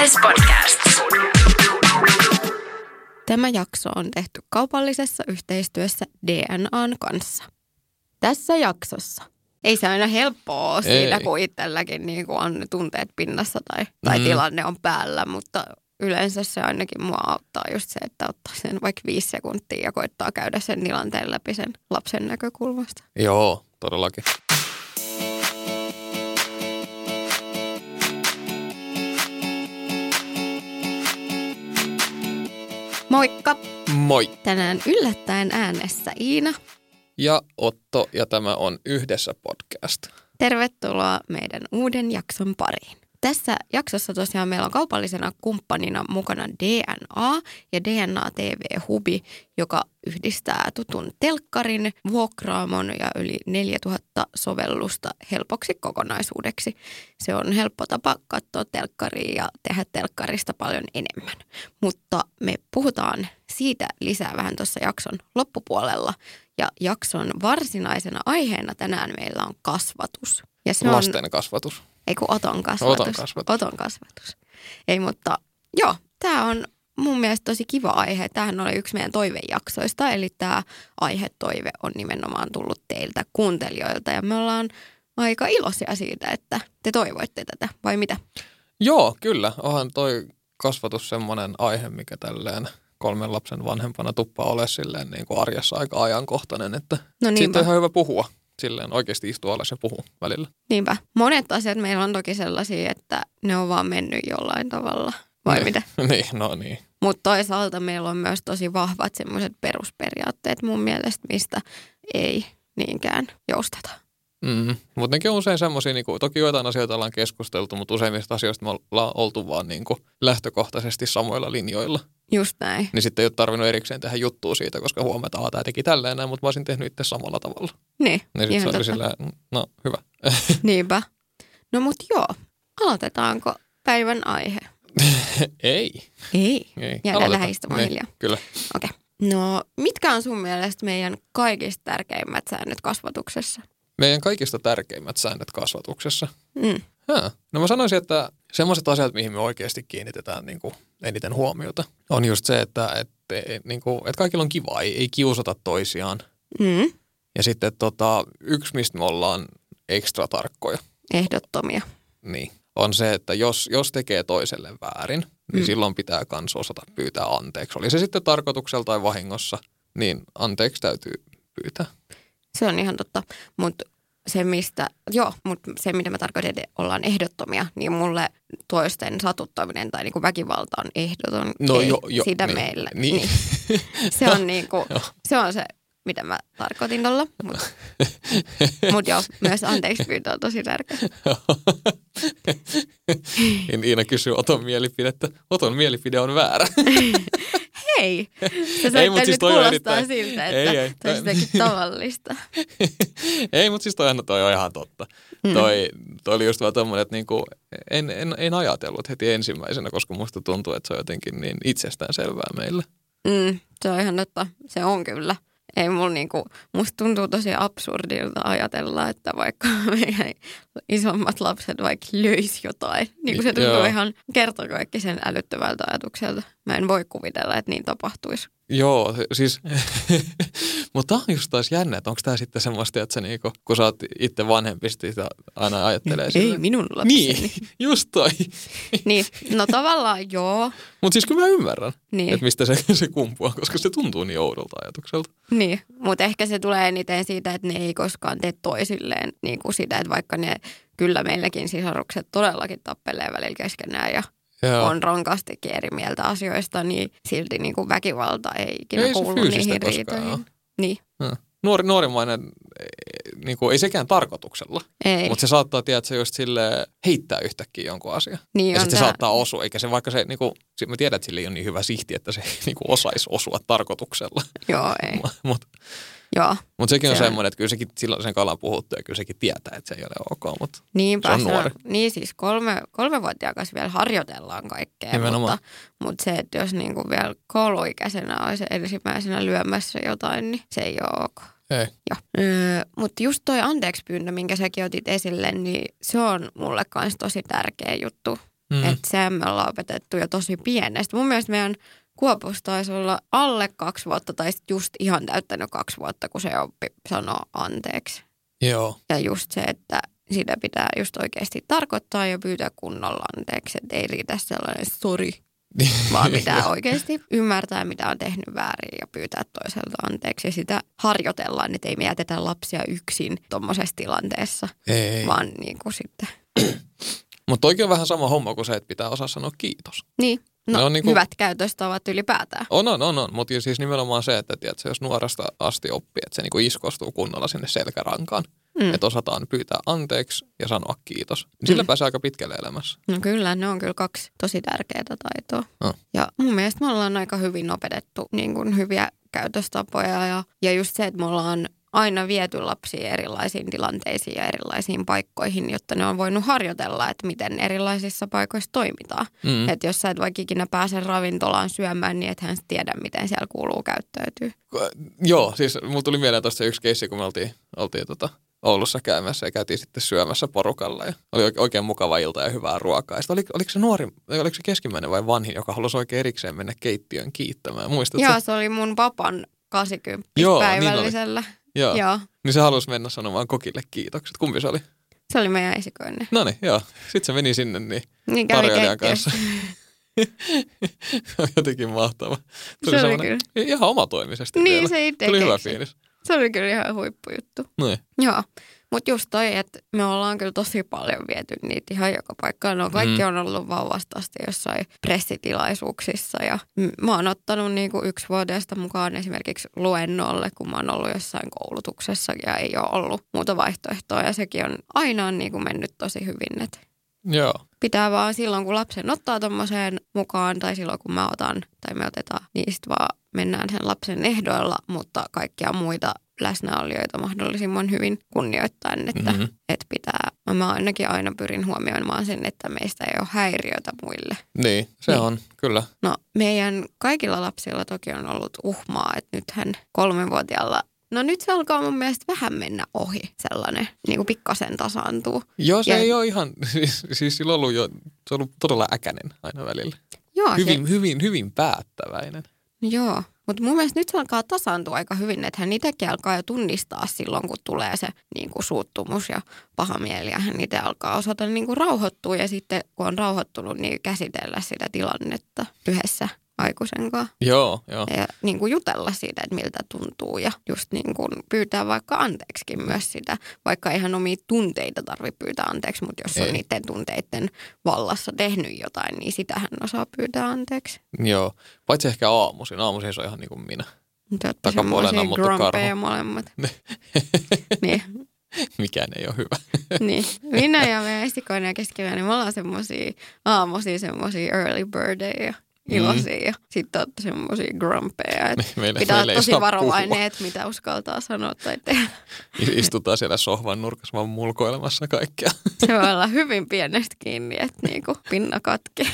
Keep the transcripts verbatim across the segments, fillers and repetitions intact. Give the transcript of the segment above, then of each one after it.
S Podcast. Tämä jakso on tehty kaupallisessa yhteistyössä D N A:n kanssa. Tässä jaksossa. Ei se aina helppoa ole siinä, kun itselläkin niin kuin on tunteet pinnassa tai, tai mm. tilanne on päällä, mutta yleensä se ainakin mua auttaa just se, että ottaa sen vaikka viisi sekuntia ja koittaa käydä sen tilanteen läpi sen lapsen näkökulmasta. Joo, todellakin. Moikka! Moi! Tänään yllättäen äänessä Iina. Ja Otto, ja tämä on Yhdessä podcast. Tervetuloa meidän uuden jakson pariin. Tässä jaksossa tosiaan meillä on kaupallisena kumppanina mukana D N A ja D N A T V-hubi, joka yhdistää tutun telkkarin, vuokraamon ja yli neljätuhatta sovellusta helpoksi kokonaisuudeksi. Se on helppo tapa katsoa telkkaria ja tehdä telkkarista paljon enemmän. Mutta me puhutaan siitä lisää vähän tuossa jakson loppupuolella. Ja jakson varsinaisena aiheena tänään meillä on kasvatus. Ja se Lasten on, kasvatus. Ei kun Oton kasvatus. Oton kasvatus. Oton kasvatus. Ei, mutta joo, tämä on mun mielestä tosi kiva aihe. Tämähän oli yksi meidän toivejaksoista, eli tämä aihetoive on nimenomaan tullut teiltä kuuntelijoilta. Ja me ollaan aika iloisia siitä, että te toivoitte tätä, vai mitä? Joo, kyllä. Onhan toi kasvatus semmoinen aihe, mikä tälleen kolmen lapsen vanhempana tuppaa ole silleen niin kuin arjessa aika ajankohtainen, että no siitä on ihan hyvä puhua. Silleen oikeasti istua alas ja puhua välillä. Niinpä. Monet asiat meillä on toki sellaisia, että ne on vaan mennyt jollain tavalla, vai niin, mitä? Niin, no niin. Mutta toisaalta meillä on myös tosi vahvat semmoiset perusperiaatteet mun mielestä, mistä ei niinkään jousteta. Mm, mutta nekin on usein semmoisia, niin kuin, toki joitain asioita ollaan keskusteltu, mutta useimmista asioista me ollaan oltu vaan niin kuin lähtökohtaisesti samoilla linjoilla. Just näin. Niin sitten ei ole tarvinnut erikseen tehdä juttua siitä, koska huomataan, että tämä teki tälleen näin, mutta mä olisin tehnyt itse samalla tavalla. Niin, niin sitten se oli silleen, no hyvä. Niinpä. No mut joo, aloitetaanko päivän aihe? Ei. Ei? Ei. Jäädään läheistämään niin, hiljaa. Kyllä. Okei. Okay. No mitkä on sun mielestä meidän kaikista tärkeimmät säännöt kasvatuksessa? Meidän kaikista tärkeimmät säännöt kasvatuksessa? Mm. Haa. No mä sanoisin, että semmoiset asiat, mihin me oikeasti kiinnitetään niin kuin eniten huomiota, on just se, että, että, niin kuin, että kaikilla on kiva, ei, ei kiusata toisiaan. Mm. Ja sitten tota, yksi, mistä me ollaan ekstra tarkkoja. Ehdottomia. Niin. On se, että jos, jos tekee toiselle väärin, niin mm. silloin pitää kans osata pyytää anteeksi. Oli se sitten tarkoituksella tai vahingossa, niin anteeksi täytyy pyytää. Se on ihan totta, mutta se mistä, joo, mutta se mitä mä tarkoitan, että ollaan ehdottomia, niin mulle toisten satuttaminen tai niinku väkivalta on ehdoton. No ei jo, jo, sitä niin, meillä. Niin. Niin. Se on niinku, se on se, mitä mä tarkoitin tuolla, mutta mut joo, myös anteeksi pyytää on tosi tärkeä. Iina kysyy Oton mielipidettä. Oton mielipide on väärä. Hei, sä sait nyt siis kuulostaa erittäin siltä, että ei, ei, toi on sitäkin tavallista. Ei, mutta siis toihan toi on ihan totta. Mm. Toi, toi oli just vaan tommoinen, että niinku, en, en, en ajatellut heti ensimmäisenä, koska musta tuntuu, että se on jotenkin niin itsestäänselvää meillä. Mm, se on ihan totta. Se on kyllä. Ei mulla niinku, musta tuntuu tosi absurdilta ajatella, että vaikka meidän isommat lapset vaikka löisi jotain. Niin kuin se tuntuu Joo. ihan kertakaikkisen älyttävältä ajatukselta. Mä en voi kuvitella, että niin tapahtuisi. Joo, siis, mutta on just taas jännä, että onko tämä sitten semmoista, että sä niinku, kun sä oot itse vanhempi, sitä aina ajattelee Ei sille. minun lapseni. Niin, just toi. Niin, no tavallaan joo. Mutta siis kyllä mä ymmärrän, niin. että mistä se, se kumpuaa, koska se tuntuu niin oudolta ajatukselta. Niin, mutta ehkä se tulee eniten siitä, että ne ei koskaan tee toisilleen niin kuin sitä, että vaikka ne, kyllä meilläkin sisarukset todellakin tappelee välillä keskenään ja Joo. on rankastikin eri mieltä asioista, niin silti niin kuin väkivalta ei ikinä ei kuulu niihin riitoihin. Niin. Nuori, nuorimmainen, niin kuin, ei sekään tarkoituksella, ei. Mutta se saattaa tiedä, että se just sille heittää yhtäkkiä jonkun asian. Niin ja sitten se tää... saattaa osua, eikä se vaikka se, niin kuin, mä tiedän, että sille ei ole niin hyvä sihti, että se niin kuin osaisi osua tarkoituksella. Joo, ei. Mutta mut sekin se on semmoinen, että kyllä sekin silloin sen kalan puhuttu ja kyllä sekin tietää, että se ei ole ok, mutta Niinpä, se on nuori. Se on, niin siis kolme, kolmevuotiaan kanssa vielä harjoitellaan kaikkea, mutta, mutta se, että jos niinku vielä kouluikäisenä olisi ensimmäisenä lyömässä jotain, niin se ei ole ok. Ei. Öö, mutta just toi anteeksi pyyntö, minkä säkin otit esille, niin se on mulle kanssa tosi tärkeä juttu. Mm. Että se me ollaan opetettu jo tosi pienestä. Mun mielestä meidän Kuopus taisi olla alle kaksi vuotta tai just ihan täyttänyt kaksi vuotta, kun se oppi sanoa anteeksi. Joo. Ja just se, että sitä pitää just oikeasti tarkoittaa ja pyytää kunnolla anteeksi. Että ei riitä sellainen sori, vaan pitää oikeasti ymmärtää, mitä on tehnyt väärin ja pyytää toiselta anteeksi. Ja sitä harjoitellaan, että ei me jätetä lapsia yksin tuommoisessa tilanteessa, ei. vaan niin kuin sitten. Mutta oikein on vähän sama homma kuin se, että pitää osaa sanoa kiitos. Niin. No, niin kuin, hyvät käytöstavat ylipäätään. On, on, on. on. Mutta siis nimenomaan se, että tiedätkö, jos nuoresta asti oppii, että se niin kuin iskostuu kunnolla sinne selkärankaan, mm. että osataan pyytää anteeksi ja sanoa kiitos. Niin sillä mm. pääsee aika pitkälle elämässä. No kyllä, ne on kyllä kaksi tosi tärkeää taitoa. No. Ja mun mielestä me ollaan aika hyvin opetettu niin kuin hyviä käytöstapoja ja, ja just se, että me ollaan aina viety lapsia erilaisiin tilanteisiin ja erilaisiin paikkoihin, jotta ne on voinut harjoitella, että miten erilaisissa paikoissa toimitaan. Mm. Että jos sä et vaikka ikinä pääse ravintolaan syömään, niin ethän sä tiedä, miten siellä kuuluu käyttäytyy. Joo, siis mulla tuli mieleen tuosta yksi keissi, kun me oltiin, oltiin tota Oulussa käymässä ja käytiin sitten syömässä porukalla. Ja oli oikein mukava ilta ja hyvää ruokaa. Ja oli, oliko se nuori, oliko se keskimmäinen vai vanhin, joka halusi oikein erikseen mennä keittiöön kiittämään? Muistatko? Joo, se oli mun papan kahdeksankymmentä-päivällisellä. Niin joo. joo. Niin se halusi mennä sanomaan kokille kiitokset. Kumpi se oli? Se oli meidän esikoinen. No niin, joo. Sitten se meni sinne niin, niin tarjoilijan kanssa. Jotenkin mahtava. Tuli se oli kyllä. Ihan omatoimisesti niin, vielä. Se itse tuli hyvä keksi. fiilis. Se oli kyllä ihan huippujuttu. Niin. Joo. Mutta just toi, että me ollaan kyllä tosi paljon viety niitä ihan joka paikkaan. No kaikki mm. on ollut vauvasta asti jossain pressitilaisuuksissa ja mä oon ottanut niinku yksivuotiaasta mukaan esimerkiksi luennolle, kun mä oon ollut jossain koulutuksessa ja ei ole ollut muuta vaihtoehtoa ja sekin on aina on niinku mennyt tosi hyvin. Et joo. Pitää vaan silloin, kun lapsen ottaa tommoseen mukaan tai silloin, kun mä otan tai me otetaan, niin sit vaan mennään sen lapsen ehdoilla, mutta kaikkia muita läsnäolijoita mahdollisimman hyvin kunnioittaen, että mm-hmm. et pitää, mä ainakin aina pyrin huomioimaan sen, että meistä ei ole häiriötä muille. Niin, se niin. on, kyllä. No meidän kaikilla lapsilla toki on ollut uhmaa, että nythän kolmenvuotiaalla, no nyt se alkaa mun mielestä vähän mennä ohi sellainen, niin kuin pikkasen tasaantuu. Joo, se ja, ei ole ihan, siis, siis sillä on ollut jo, se on ollut todella äkäinen aina välillä. Joo, hyvin, se, hyvin, hyvin päättäväinen. Joo. Mutta mun mielestä nyt se alkaa tasaantua aika hyvin, että hän itsekin alkaa jo tunnistaa silloin, kun tulee se niin kuin suuttumus ja paha mieli. Ja hän itse alkaa osata niin kuin rauhoittua ja sitten kun on rauhoittunut, niin käsitellä sitä tilannetta yhdessä aikuisen kanssa. Joo, joo. Ja niin kuin jutella siitä, että miltä tuntuu ja just niin kuin pyytää vaikka anteeksikin myös sitä. Vaikka ihan omia tunteita tarvitse pyytää anteeksi, mutta jos Ei. on niiden tunteiden vallassa tehnyt jotain, niin sitä hän osaa pyytää anteeksi. Joo, paitsi ehkä aamuisin. Aamuisin se on ihan niin kuin minä. Totta semmoisia grumpeja molemmat. niin. Mikään ei ole hyvä. niin. Minä ja meidän esikoinen ja keskimmäinen, me ollaan semmoisia aamuisia, semmoisia early birthday iloisia ja sitten olette semmoisia grumpeja. Meille, pitää meille olla tosi varovainen, että mitä uskaltaa sanoa tai tehdä. Istutaan siellä sohvan nurkassa vaan mulkoilemassa kaikkea. Se voi olla hyvin pienestä kiinni, että niinku pinna katkee.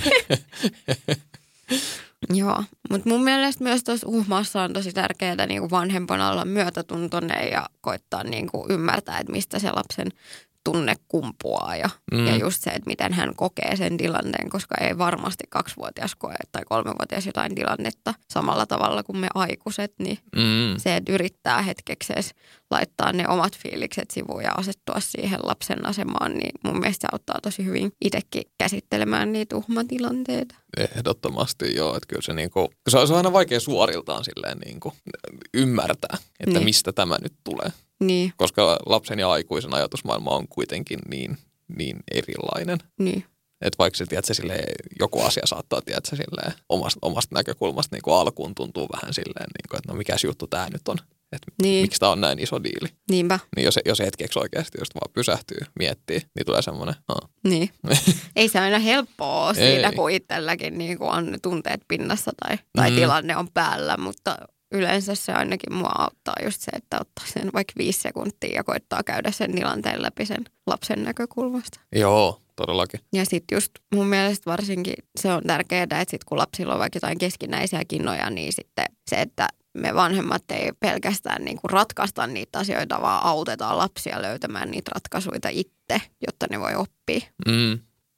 Joo, mutta mun mielestä myös tuossa uhmaassa on tosi tärkeää niinku vanhempana olla myötätuntoinen ja koittaa niinku ymmärtää, että mistä se lapsen tunne kumpuaa ja, mm. ja just se, että miten hän kokee sen tilanteen, koska ei varmasti kaksivuotias koe tai kolmevuotias jotain tilannetta samalla tavalla kuin me aikuiset, niin mm. se, että yrittää hetkeksi edes laittaa ne omat fiilikset sivuun ja asettua siihen lapsen asemaan, niin mun mielestä se auttaa tosi hyvin itsekin käsittelemään niitä uhmatilanteita. Ehdottomasti joo, että kyllä se, niinku, se on aina vaikea suoriltaan silleen niinku ymmärtää, että niin. mistä tämä nyt tulee. Niin. Koska lapsen ja aikuisen ajatusmaailma on kuitenkin niin, niin erilainen. Niin. Että vaikka se, tiedätkö, silleen, joku asia saattaa tiedätkö, silleen, omasta, omasta näkökulmasta niin kuin alkuun tuntuu vähän silleen, niin kuin, että no mikäs juttu tämä nyt on. Että niin. miksi tämä on näin iso diili. Niinpä. Niin jos, jos hetkeksi oikeasti just vaan pysähtyy, miettii, niin tulee semmoinen. Aa. Niin. Ei se aina helppoa ole siinä, kun itselläkin niin kuin on tunteet pinnassa tai, tai mm. tilanne on päällä, mutta yleensä se ainakin mua auttaa just se, että ottaa sen vaikka viisi sekuntia ja koittaa käydä sen tilanteen läpi sen lapsen näkökulmasta. Joo, todellakin. Ja sitten just mun mielestä varsinkin se on tärkeää, että sit kun lapsilla on vaikka jotain keskinäisiä kinnoja, niin sitten se, että me vanhemmat ei pelkästään niinku ratkaista niitä asioita, vaan autetaan lapsia löytämään niitä ratkaisuja itse, jotta ne voi oppia. Mm.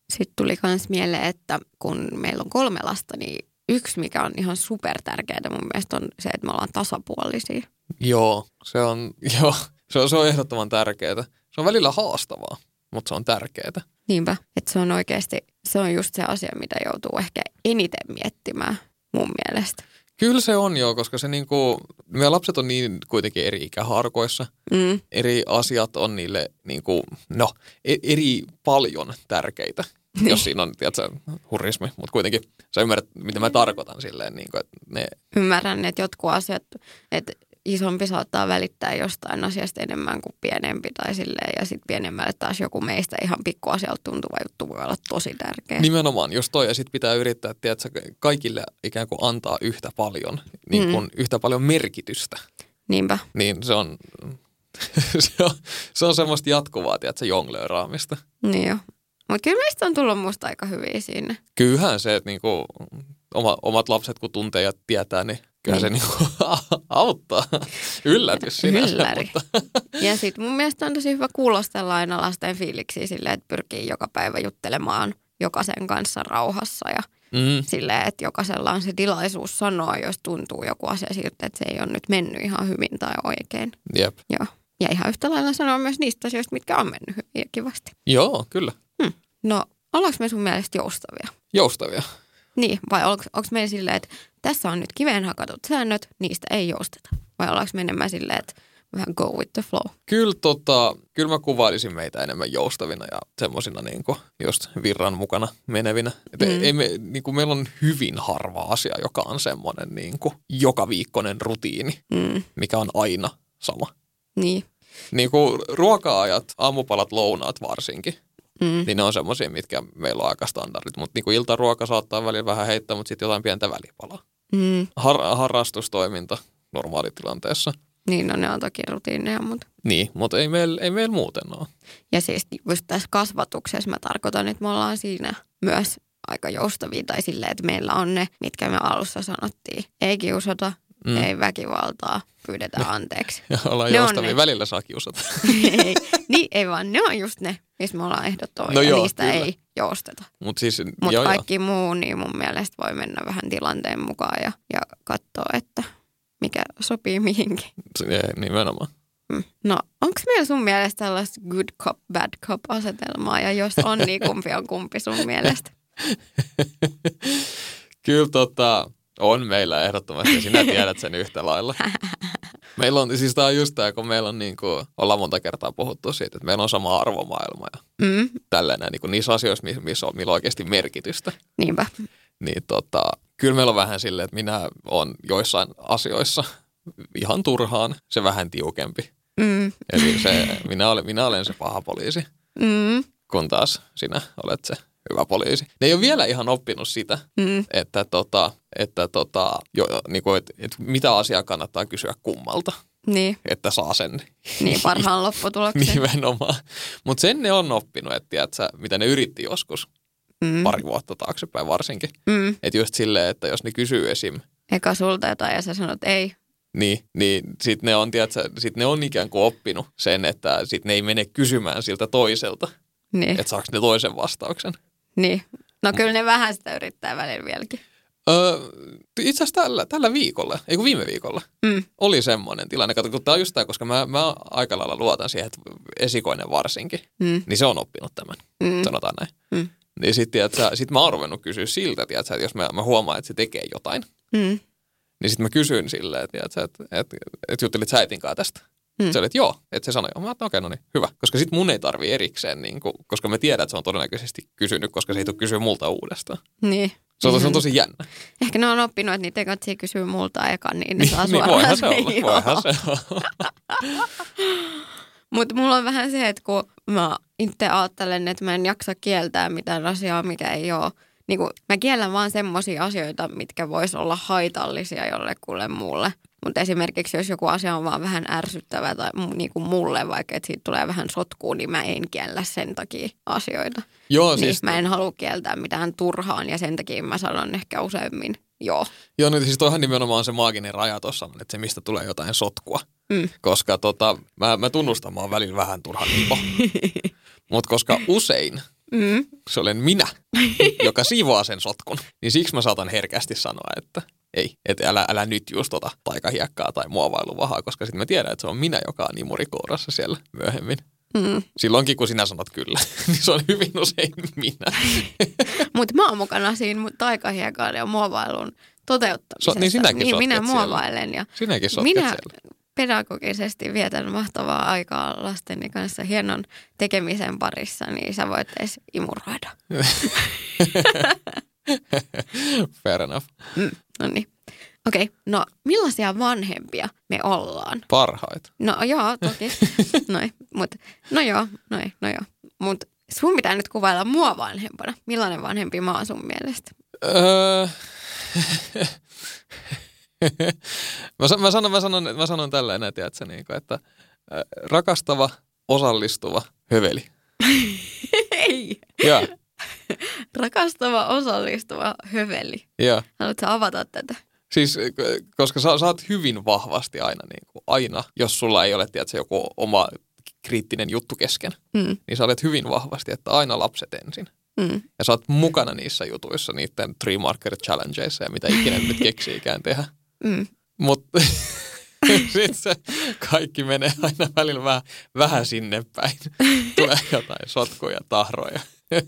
Sitten tuli myös mieleen, että kun meillä on kolme lasta, niin yksi, mikä on ihan super tärkeää mun mielestä on se, että me ollaan tasapuolisia. Joo, se on, joo, se on, se on ehdottoman tärkeää. Se on välillä haastavaa, mutta se on tärkeää. Niinpä, että se on oikeasti, se on just se asia, mitä joutuu ehkä eniten miettimään mun mielestä. Kyllä se on joo, koska se niinku, meidän lapset on niin kuitenkin eri ikähaarkoissa. Mm. Eri asiat on niille niinku, no, eri paljon tärkeitä. Niin. Jos siinä on, tiedätkö, hurismi, mutta kuitenkin sä ymmärrät, mitä mä tarkoitan silleen. Niin kuin, että ne... Ymmärrän, että jotkut asiat, että isompi saattaa välittää jostain asiasta enemmän kuin pienempi tai silleen. Ja sitten pienemmälle taas joku meistä ihan pikkuasialta tuntuva juttu voi olla tosi tärkeä. Nimenomaan, just toi. Ja sitten pitää yrittää, tiedätkö, kaikille ikään kuin antaa yhtä paljon, niin kuin mm. yhtä paljon merkitystä. Niinpä. Niin se on, se on, se on semmoista jatkuvaa, tiedätkö, jonglööraamista. Niin jo. Mutta kyllä meistä on tullut musta aika hyviä sinne. Kyllähän se, että niinku, oma, omat lapset kun tuntee ja tietää, niin kyllä niin. se niinku auttaa. Yllätys sinänsä. Ylläri. Ja sitten mun mielestä on tosi hyvä kuulostella aina lasten fiiliksiä silleen, että pyrkii joka päivä juttelemaan jokaisen kanssa rauhassa. Ja mm. silleen, että jokaisella on se tilaisuus sanoa, jos tuntuu joku asia siltä, että se ei ole nyt mennyt ihan hyvin tai oikein. Jep. Joo. Ja ihan yhtä lailla sanoa myös niistä asioista, mitkä on mennyt hyvin ja kivasti. Joo, kyllä. Hmm. No, ollaanko me sun mielestä joustavia? Joustavia? Niin, vai onko, onko meillä silleen, että tässä on nyt kiveen hakatut säännöt, niistä ei jousteta? Vai ollaanko me enemmän silleen, että vähän go with the flow? Kyllä, tota, kyllä mä kuvailisin meitä enemmän joustavina ja semmoisina niin kuin just virran mukana menevinä. Mm. Ei me, niin kuin meillä on hyvin harva asia, joka on semmoinen niin kuin joka viikkoinen rutiini, mm. mikä on aina sama. Niin. Niin kuin ruoka-ajat, aamupalat, lounaat varsinkin. Mm. Niin ne on semmoisia, mitkä meillä on aika standardit. Mutta niin iltaruoka saattaa välillä vähän heittää, mutta sitten jotain pientä välipalaa. Mm. Har- harrastustoiminta normaalitilanteessa. Niin, no ne on toki rutiineja, mutta... Niin, mutta ei meillä ei meil muuten ole. Ja siis just tässä kasvatuksessa mä tarkoitan, että me ollaan siinä myös aika joustavia. Tai silleen, että meillä on ne, mitkä me alussa sanottiin. Ei kiusata, mm. ei väkivaltaa, pyydetään anteeksi. Ja ollaan ne joustavia, ne... välillä saa kiusata. ei, niin, ei vaan, ne on just ne, missä me ollaan ehdottomia. No ja niistä kyllä. Ei jousteta. Mutta siis, Mut kaikki jo. muu, niin mun mielestä voi mennä vähän tilanteen mukaan ja, ja katsoa, että mikä sopii mihinkin. Nimenomaan. No, onko meillä sun mielestä tällaista good cop, bad cop asetelmaa? Ja jos on, niin kumpi on kumpi sun mielestä? Kyllä tota, on meillä ehdottomasti. Sinä tiedät sen yhtä lailla. Meillä on, siis tämä on just tämä, kun meillä on niin kuin, ollaan monta kertaa puhuttu siitä, että meillä on sama arvomaailma ja mm. tällainen niin kuin niissä asioissa, missä on, millä on oikeasti merkitystä. Niinpä. Niin tota, kyllä meillä on vähän silleen, että minä olen joissain asioissa ihan turhaan se vähän tiukempi. Mm. Eli se, minä, olen, minä olen se paha poliisi, mm. kun taas sinä olet se hyvä poliisi. Ne ei ole vielä ihan oppinut sitä, mm. että, tota, että tota, jo, niin kuin, että, että mitä asiaa kannattaa kysyä kummalta. Niin. Että saa sen. Niin, parhaan lopputuloksen. Nimenomaan. Mutta sen ne on oppinut, että tiedätkö, mitä ne yritti joskus mm. pari vuotta taaksepäin varsinkin. Mm. Että just silleen, että jos ne kysyy esim. Eka sulta jotain ja sä sanot ei. Niin, niin sitten ne on, tiedätkö, sit ne on ikään kuin oppinut sen, että sitten ne ei mene kysymään siltä toiselta. Niin. Että saako ne toisen vastauksen. Niin. No kyllä ne vähän sitä yrittää välillä vieläkin. Öö, itse asiassa tällä, tällä viikolla, ei kun viime viikolla, mm. oli semmoinen tilanne. Kato, kun tämä on just tämä, koska mä, mä aika lailla luotan siihen, että esikoinen varsinkin, mm. niin se on oppinut tämän, mm. sanotaan näin. Mm. Niin sitten sit mä oon ruvennut kysyä siltä, tiedätkö, että jos mä, mä huomaan, että se tekee jotain, mm. niin sitten mä kysyn silleen, että, että, että, että, että juttelit sä äitin kanssa tästä. Mm. Se oli, että joo, että se sanoi, että okei, okay, no niin, hyvä. Koska sitten mun ei tarvii erikseen, niin kun, koska me tiedän, että se on todennäköisesti kysynyt, koska se ei tule kysyä multa uudestaan. Niin. Se on, se on tosi jännä. Ehkä ne on oppinut, että niitä ei katsi kysyä multa ekan, niin ne saa niin, suoraan. Voihan se olla, voihan se olla. Mutta mulla on vähän se, että kun mä itse ajattelen, että mä en jaksa kieltää mitään asiaa, mikä ei ole. Niin kun, mä kiellän vaan semmoisia asioita, mitkä vois olla haitallisia jollekulle muulle. Mutta esimerkiksi jos joku asia on vaan vähän ärsyttävä tai niin kuin mulle, vaikka että siitä tulee vähän sotkuun, niin mä en kiellä sen takia asioita. Joo, niin siis... Mä en halua kieltää mitään turhaan ja sen takia mä sanon ehkä useammin joo. Joo, niin siis toihan nimenomaan se maaginen raja tuossa, että se mistä tulee jotain sotkua. Mm. Koska tota, mä, mä tunnustan, mä oon välillä vähän turhan nipo. Mutta koska usein Mm. Se olen minä, joka siivoaa sen sotkun. Niin siksi mä saatan herkästi sanoa, että ei, että älä, älä nyt just ota taikahiekkaa tai muovailuvahaa, koska sitten mä tiedän, että se on minä, joka on imurikourassa siellä myöhemmin. Mm. Silloinkin, kun sinä sanot kyllä, niin se on hyvin usein minä. Mutta mä oon mukana siinä taikahiekan ja muovailun toteuttamisessa. So, niin sinäkin niin minä muovailen siellä. Ja sinäkin minä siellä. Pedagogisesti vietän mahtavaa aikaa lasteni kanssa hienon tekemisen parissa, niin sä voit edes imuroida. Fair enough. Mm, no niin. Okei, okay, no millaisia vanhempia me ollaan? Parhaita. No joo, toki. Noin, mut, no joo, noin, no joo. Mutta sun pitää nyt kuvailla mua vanhempana. Millainen vanhempi mä oon sun mielestä? Öö... mä, mä, sanon, mä, sanon, mä sanon tälleen, tiedätkö, niin kuin, että äh, rakastava, osallistuva, höveli. Ei. Ja. Rakastava, osallistuva, höveli. Ja. Haluatko avata tätä? Siis, koska sä, sä oot hyvin vahvasti aina, niin kuin, aina, jos sulla ei ole, tiedätkö, joku oma kriittinen juttu kesken, mm. niin sä olet hyvin vahvasti, että aina lapset ensin. Mm. Ja sä oot mukana niissä jutuissa, niiden three marker challengeissa ja mitä ikinä nyt keksiikään tehdä. Mm. Mutta sitten se kaikki menee aina välillä vähän, vähän sinne päin. Tulee jotain sotkuja, tahroja.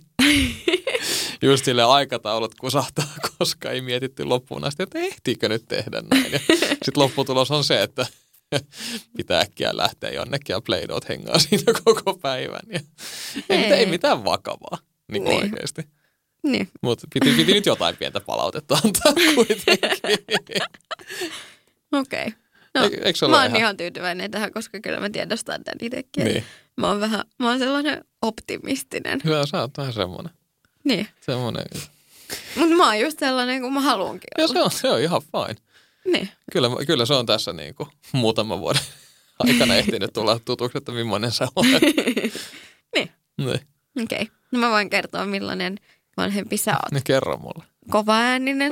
Just silleen aikataulut kusahtaa, koska ei mietitty loppuun asti, että ehtiikö nyt tehdä näin. Sitten lopputulos on se, että pitää äkkiä lähteä jonnekin ja Play-Doh hengaa siinä koko päivän. Ja ei, ei mitään vakavaa, niin, niin. oikeasti. Niin. Mutta piti, piti nyt jotain pientä palautetta antaa kuitenkin. Okei. Okay. No, Eikö, eikö mä oon ihan... ihan tyytyväinen tähän, koska kyllä mä tiedostan tämän itsekin. Niin. Mä oon vähän, mä oon sellainen optimistinen. Kyllä sä oot vähän semmoinen. Niin. Semmoinen. Mutta mä oon just sellainen kuin mä haluankin olla. Ja se on, se on ihan fine. Niin. Kyllä, kyllä se on tässä niin kuin muutaman vuoden aikana ehtinyt tulla tutuksi, että millainen sä olet. Niin. Niin. Okei. Okay. No mä voin kertoa, millainen vanhempi sä oot. Ne kerro mulle. Kovaääninen.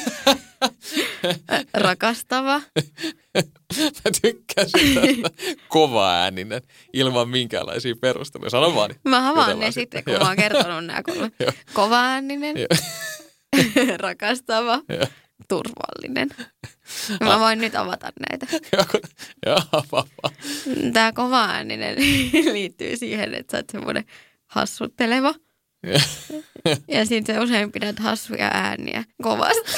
Rakastava. Mä tykkäsin tästä kovaääninen ilman minkäänlaisia perusteluja. Sano vaan. Mä avaan ne sitten, kun mä oon kertonut nämä kolme. Kovaääninen. Rakastava. Turvallinen. Mä voin nyt avata näitä. Joo, vapaa. Tää kovaääninen liittyy siihen, että sä oot semmoinen hassutteleva. Ja sitten sä usein pidät hassuja ääniä kovasti.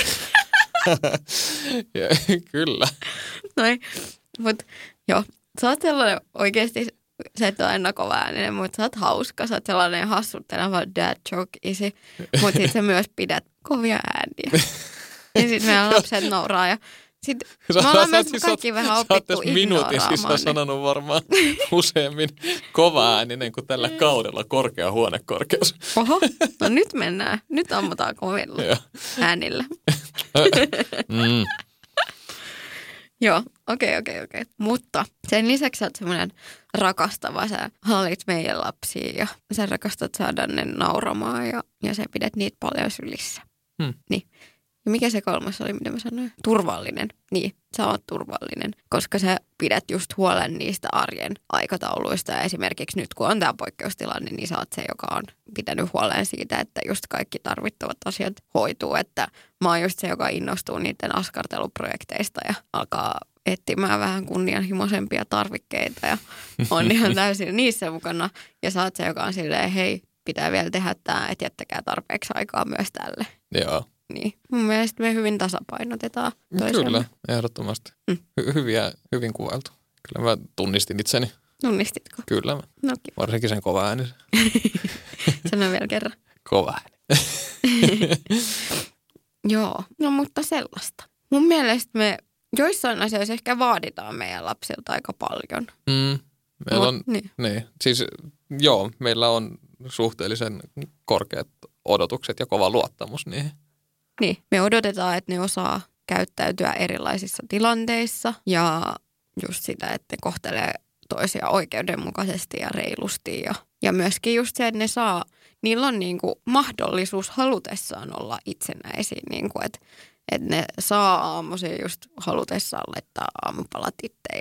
Ja, kyllä. Noin, mutta joo, sä oot sellainen oikeasti, sä et ole aina kova ääninen, mutta sä oot hauska, sä oot sellainen hassutteleva dad joke isi, mutta sit sä myös pidät kovia ääniä. Ja sit meidän lapset nauraa ja sitten me ollaan myös kaikki vähän opittu ignoraamaan. Minuutin sisään sanonut varmaan useammin kova ääninen kuin tällä kaudella korkea huonekorkeus. Oho, no nyt mennään. Nyt ammutaan kovilla äänillä. mm. Joo, okei, okay, okei, okay, okei. Okay. Mutta sen lisäksi sä oot semmoinen rakastava. Sä hallit meidän lapsia ja sä rakastat saada ne nauramaan ja, ja sä pidät niitä paljon sylissä. Hmm. Niin. Ja mikä se kolmas oli, mitä mä sanoin? Turvallinen. Niin, sä oot turvallinen, koska sä pidät just huolen niistä arjen aikatauluista. Ja esimerkiksi nyt, kun on tää poikkeustilanne, niin sä oot se, joka on pitänyt huolen siitä, että just kaikki tarvittavat asiat hoituu. Että mä oon just se, joka innostuu niiden askarteluprojekteista ja alkaa etsimään vähän kunnianhimoisempia tarvikkeita. Ja on ihan täysin niissä mukana. Ja sä oot se, joka on silleen, hei, pitää vielä tehdä tää, että jättäkää tarpeeksi aikaa myös tälle. Joo. Niin, mun mielestä me hyvin tasapainotetaan toisemme. Kyllä, ehdottomasti. Mm. Hy- hyviä, hyvin kuvailtu. Kyllä mä tunnistin itseni. Tunnistitko? Kyllä. No, varsinkin sen kova ääni. Sano vielä kerran. Kova ääni. Joo, no mutta sellaista. Mun mielestä me joissain asioissa ehkä vaaditaan meidän lapsilta aika paljon. Mm. Meillä on, niin. Niin. Siis joo, meillä on suhteellisen korkeat odotukset ja kova luottamus niihin. Niin, me odotetaan, että ne osaa käyttäytyä erilaisissa tilanteissa ja just sitä, että ne kohtelee toisia oikeudenmukaisesti ja reilusti. Ja, ja myöskin just se, että ne saa, niillä on niinku mahdollisuus halutessaan olla itsenäisiä, niinku, että, että ne saa aamuisin just halutessaan laittaa aamupalat itteen ja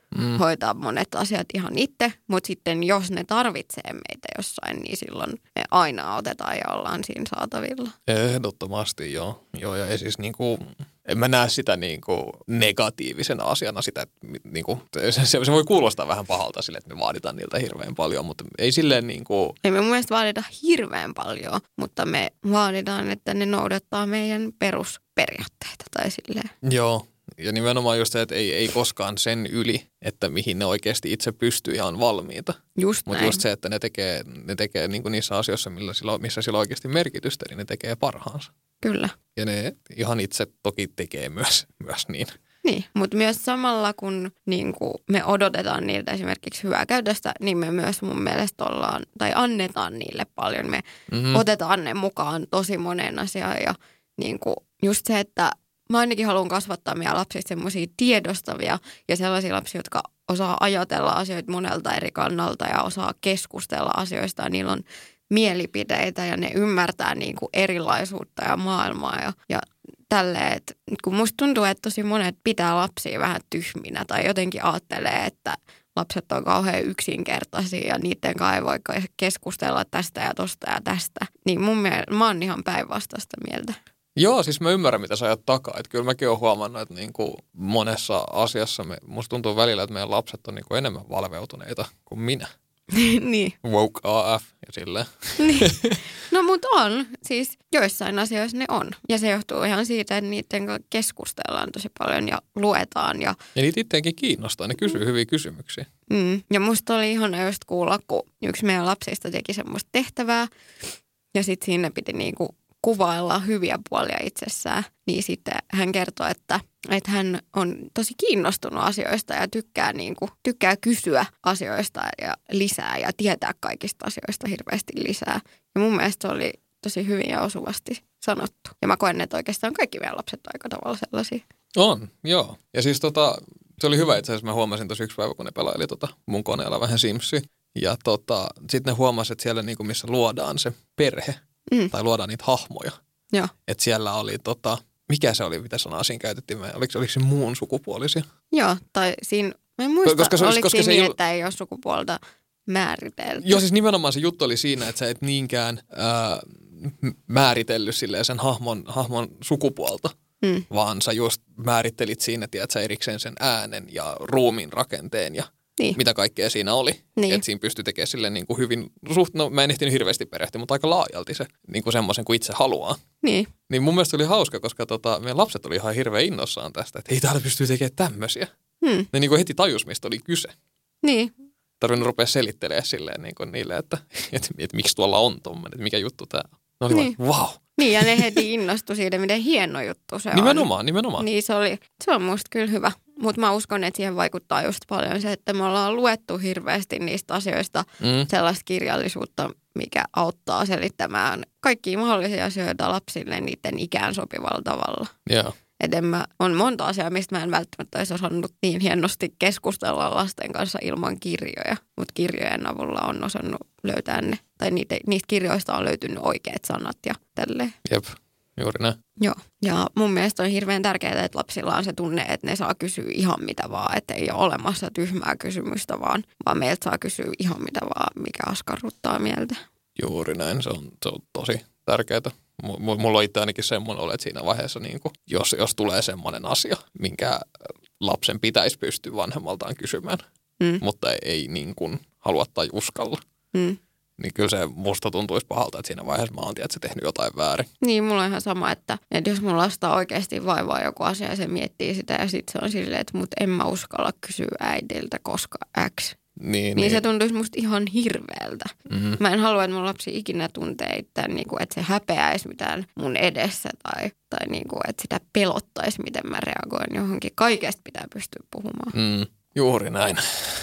mm. hoitaa monet asiat ihan itse, mutta sitten jos ne tarvitsee meitä jossain, niin silloin me aina otetaan ja ollaan siinä saatavilla. Ehdottomasti, joo. joo ja siis niinku, en mä näe sitä niinku negatiivisena asiana sitä, että niinku, se, se voi kuulostaa vähän pahalta sille, että me vaaditaan niiltä hirveän paljon, mutta ei silleen niinku... Ei me mun mielestä vaadita hirveän paljon, mutta me vaaditaan, että ne noudattaa meidän perusperiaatteita tai silleen. Joo. Ja nimenomaan just se, että ei, ei koskaan sen yli, että mihin ne oikeasti itse pystyy ja on valmiita. Just Mutta just se, että ne tekee, ne tekee niin kuin niissä asioissa, millä sillä, missä sillä on oikeasti merkitystä, niin ne tekee parhaansa. Kyllä. Ja ne ihan itse toki tekee myös, myös niin. Niin, mutta myös samalla kun niin kuin me odotetaan niiltä esimerkiksi hyvää käytöstä, niin me myös mun mielestä ollaan, tai annetaan niille paljon. Me mm-hmm. otetaan ne mukaan tosi monen asiaan ja niin kuin just se, että mä ainakin haluan kasvattaa meidän lapsista semmoisia tiedostavia ja sellaisia lapsia, jotka osaa ajatella asioita monelta eri kannalta ja osaa keskustella asioista. Ja niillä on mielipiteitä ja ne ymmärtää niin kuin erilaisuutta ja maailmaa ja, ja tälleen. Että kun musta tuntuu, että tosi monet pitää lapsia vähän tyhminä tai jotenkin ajattelee, että lapset on kauhean yksinkertaisia ja niiden kanssa ei voi keskustella tästä ja tosta ja tästä. Niin mun mielestä mä oon ihan päinvastaista mieltä. Joo, siis mä ymmärrän, mitä sä ajat takaa. Että kyllä mäkin olen huomannut, että niin kuin monessa asiassa me, musta tuntuu välillä, että meidän lapset on niin kuin enemmän valveutuneita kuin minä. Niin. Woke A F ja silleen. Niin. No mut on. Siis joissain asioissa ne on. Ja se johtuu ihan siitä, että niiden kanssa keskustellaan tosi paljon ja luetaan. Ja, ja niitä itteenkin kiinnostaa. Ne kysyy mm. hyviä kysymyksiä. Mm. Ja musta oli ihana just kuulla, kun yksi meidän lapsista teki semmoista tehtävää. Ja sitten siinä piti niinku kuvailla hyviä puolia itsessään, niin sitten hän kertoi, että, että hän on tosi kiinnostunut asioista ja tykkää, niin kuin, tykkää kysyä asioista ja lisää ja tietää kaikista asioista hirveästi lisää. Ja mun mielestä se oli tosi hyvin ja osuvasti sanottu. Ja mä koen, että oikeastaan kaikki meidän lapset on aika tavalla sellaisia. On, joo. Ja siis tota, se oli hyvä itse asiassa, mä huomasin tosi yksi päivä, kun ne pelaili tota mun koneella vähän Simsia. Ja tota, sitten ne huomasi, että siellä niinku, missä luodaan se perhe, Mm. tai luodaan niitä hahmoja. Joo. Että siellä oli, tota, mikä se oli, mitä sanaa siinä käytettiin? Oliko, oliko se muun sukupuolisia? Joo, tai siinä, mä en muista, koska se, oliko koska siinä se niin, että ei ole sukupuolta määritelty. Joo, siis nimenomaan se juttu oli siinä, että sä et niinkään ää, määritellyt silleen sen hahmon, hahmon sukupuolta, mm. vaan sä just määrittelit siinä, tiedät sä erikseen sen äänen ja ruumiin rakenteen ja niin. mitä kaikkea siinä oli. Niin. Että siinä pystyi tekemään silleen niin kuin hyvin, suht, no mä en ehtinyt hirveästi perehtyä, mutta aika laajalti se niin kuin semmoisen kuin itse haluaa. Niin. Niin mun mielestä oli hauska, koska tota, meidän lapset oli ihan hirveän innossaan tästä, että ei täällä pystyy tekemään tämmöisiä. Hmm. Ne niin kuin heti tajus, mistä oli kyse. Niin. Tarvinnut rupea selittelemään silleen niin kuin niille, että, että, että, että miksi tuolla on tommoinen, että mikä juttu tää on. Ne oli niin. vaan, wow. Niin, ja ne heti innostui siitä, miten hieno juttu se on. Nimenomaan, nimenomaan. Niin, se oli, se on musta kyllä hyvä. Mutta mä uskon, että siihen vaikuttaa just paljon se, että me ollaan luettu hirveästi niistä asioista mm. sellaista kirjallisuutta, mikä auttaa selittämään kaikkia mahdollisia asioita lapsille niiden ikään sopivalla tavalla. Joo. Että mä, on monta asiaa, mistä mä en välttämättä olisi osannut niin hienosti keskustella lasten kanssa ilman kirjoja. Mutta kirjojen avulla on osannut löytää ne, tai niitä, niistä kirjoista on löytynyt oikeat sanat ja tälleen. Jep, juuri näin. Joo, ja mun mielestä on hirveän tärkeää, että lapsilla on se tunne, että ne saa kysyä ihan mitä vaan, että ei ole olemassa tyhmää kysymystä vaan, vaan meiltä saa kysyä ihan mitä vaan, mikä askarruttaa mieltä. Juuri näin, se on, se on tosi tärkeää. M- mulla on itse ainakin semmoinen ole, että siinä vaiheessa, niin kun, jos, jos tulee semmoinen asia, minkä lapsen pitäisi pystyä vanhemmaltaan kysymään, mm. mutta ei, ei niin kuin halua tai uskalla, mm. niin kyllä se musta tuntuisi pahalta, että siinä vaiheessa mä oon tiedä, että se tehnyt jotain väärin. Niin, mulla on ihan sama, että, että jos mun lasta oikeasti vaivaa joku asia ja se miettii sitä ja sitten se on silleen, että mut en mä uskalla kysyä äidiltä, koska X. Niin, niin, niin se tuntuisi musta ihan hirveältä. Mm-hmm. Mä en halua, että mun lapsi ikinä tuntee itseään, niin kuin, että se häpeäisi mitään mun edessä tai, tai niin kuin, että sitä pelottaisi, miten mä reagoin johonkin. Kaikesta pitää pystyä puhumaan. Mm, juuri näin.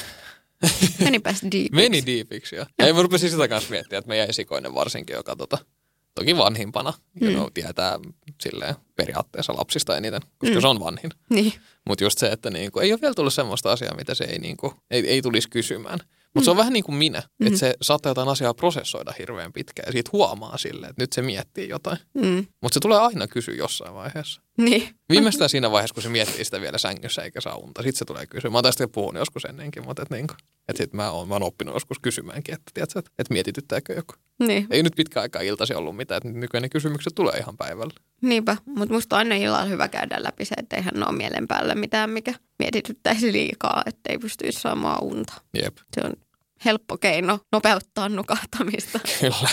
Menipäs deepiksi. Meni deepiksi, joo. Ja mä rupesin sitä kanssa miettiä, että meidän esikoinen varsinkin, joka tota, toki vanhimpana, mm. joka tietää silleen periaatteessa lapsista eniten, koska mm. se on vanhin. Niin. Mutta just se, että niinku, ei ole vielä tullut semmoista asiaa, mitä se ei, niinku, ei, ei tulisi kysymään. Mutta mm. se on vähän niin kuin minä, mm-hmm. että se saattaa jotain asiaa prosessoida hirveän pitkään ja siitä huomaa silleen, että nyt se miettii jotain. Mm. Mutta se tulee aina kysyä jossain vaiheessa. Niin. Viimeistään siinä vaiheessa, kun se miettii sitä vielä sängyssä eikä saa unta. Sitten se tulee kysyä. Mä oon tästä puhunut joskus ennenkin, mutta että niinku, et sit mä oon, mä oon oppinut joskus kysymäänkin, että, tiedätkö, että, että mietityttääkö joku. Niin. Ei nyt pitkä aikaa iltasi ollut mitään, että nykyään ne kysymykset tulee ihan päivällä. Niinpä, mutta musta on aina illalla hyvä käydä läpi se, että eihän ole mielen päällä mitään, mikä mietityttäisi liikaa, ettei pystyisi saamaan unta. Jep. Se on helppo keino nopeuttaa nukahtamista. Kyllä.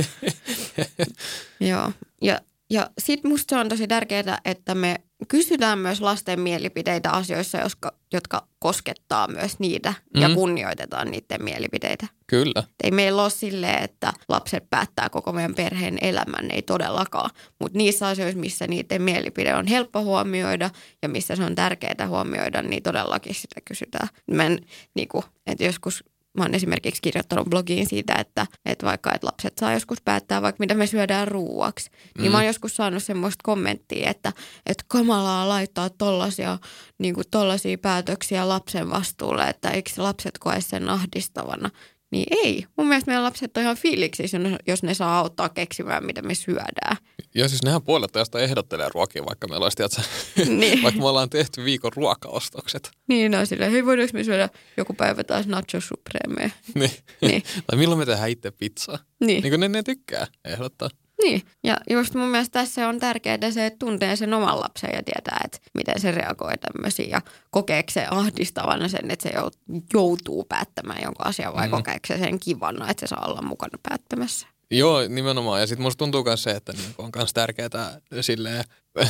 Joo, ja, ja sitten musta se on tosi tärkeää, että me kysytään myös lasten mielipiteitä asioissa, jotka, jotka koskettaa myös niitä mm. ja kunnioitetaan niiden mielipiteitä. Kyllä. Ei meillä ole silleen, että lapset päättää koko meidän perheen elämän, ei todellakaan. Mutta niissä asioissa, missä niiden mielipide on helppo huomioida ja missä se on tärkeää huomioida, niin todellakin sitä kysytään. Mä en, niin kuin, että joskus mä oon esimerkiksi kirjoittanut blogiin siitä, että, että vaikka että lapset saa joskus päättää vaikka mitä me syödään ruuaksi. Mm. Niin mä oon joskus saanut semmoista kommenttia, että, että kamalaa laittaa tollaisia, niin kuin tollaisia päätöksiä lapsen vastuulle, että eikö lapset koe sen ahdistavana. Niin ei. Mun mielestä meidän lapset on ihan fiiliksissä, jos ne saa auttaa keksimään, mitä me syödään. Ja siis nehän puolet tästä ehdottelee ruokia, vaikka meillä olisi, tiiätkö, niin. vaikka me ollaan tehty viikon ruokaostokset. Niin, no silleen, hei voidaanko me syödä joku päivä taas nacho supremeä? niin. niin. Tai milloin me tehdään itse pizzaa? Niin. Niin kuin ne, ne tykkää ehdottaa. Niin, ja just mun mielestä tässä on tärkeää se, että tuntee sen oman lapsen ja tietää, että miten se reagoi tämmöisiin ja kokeeko se ahdistavana sen, että se joutuu päättämään jonkun asian vai mm. kokeeko se sen kivana, että se saa olla mukana päättämässä. Joo, nimenomaan. Ja sitten musta tuntuu myös se, että on myös tärkeää silleen,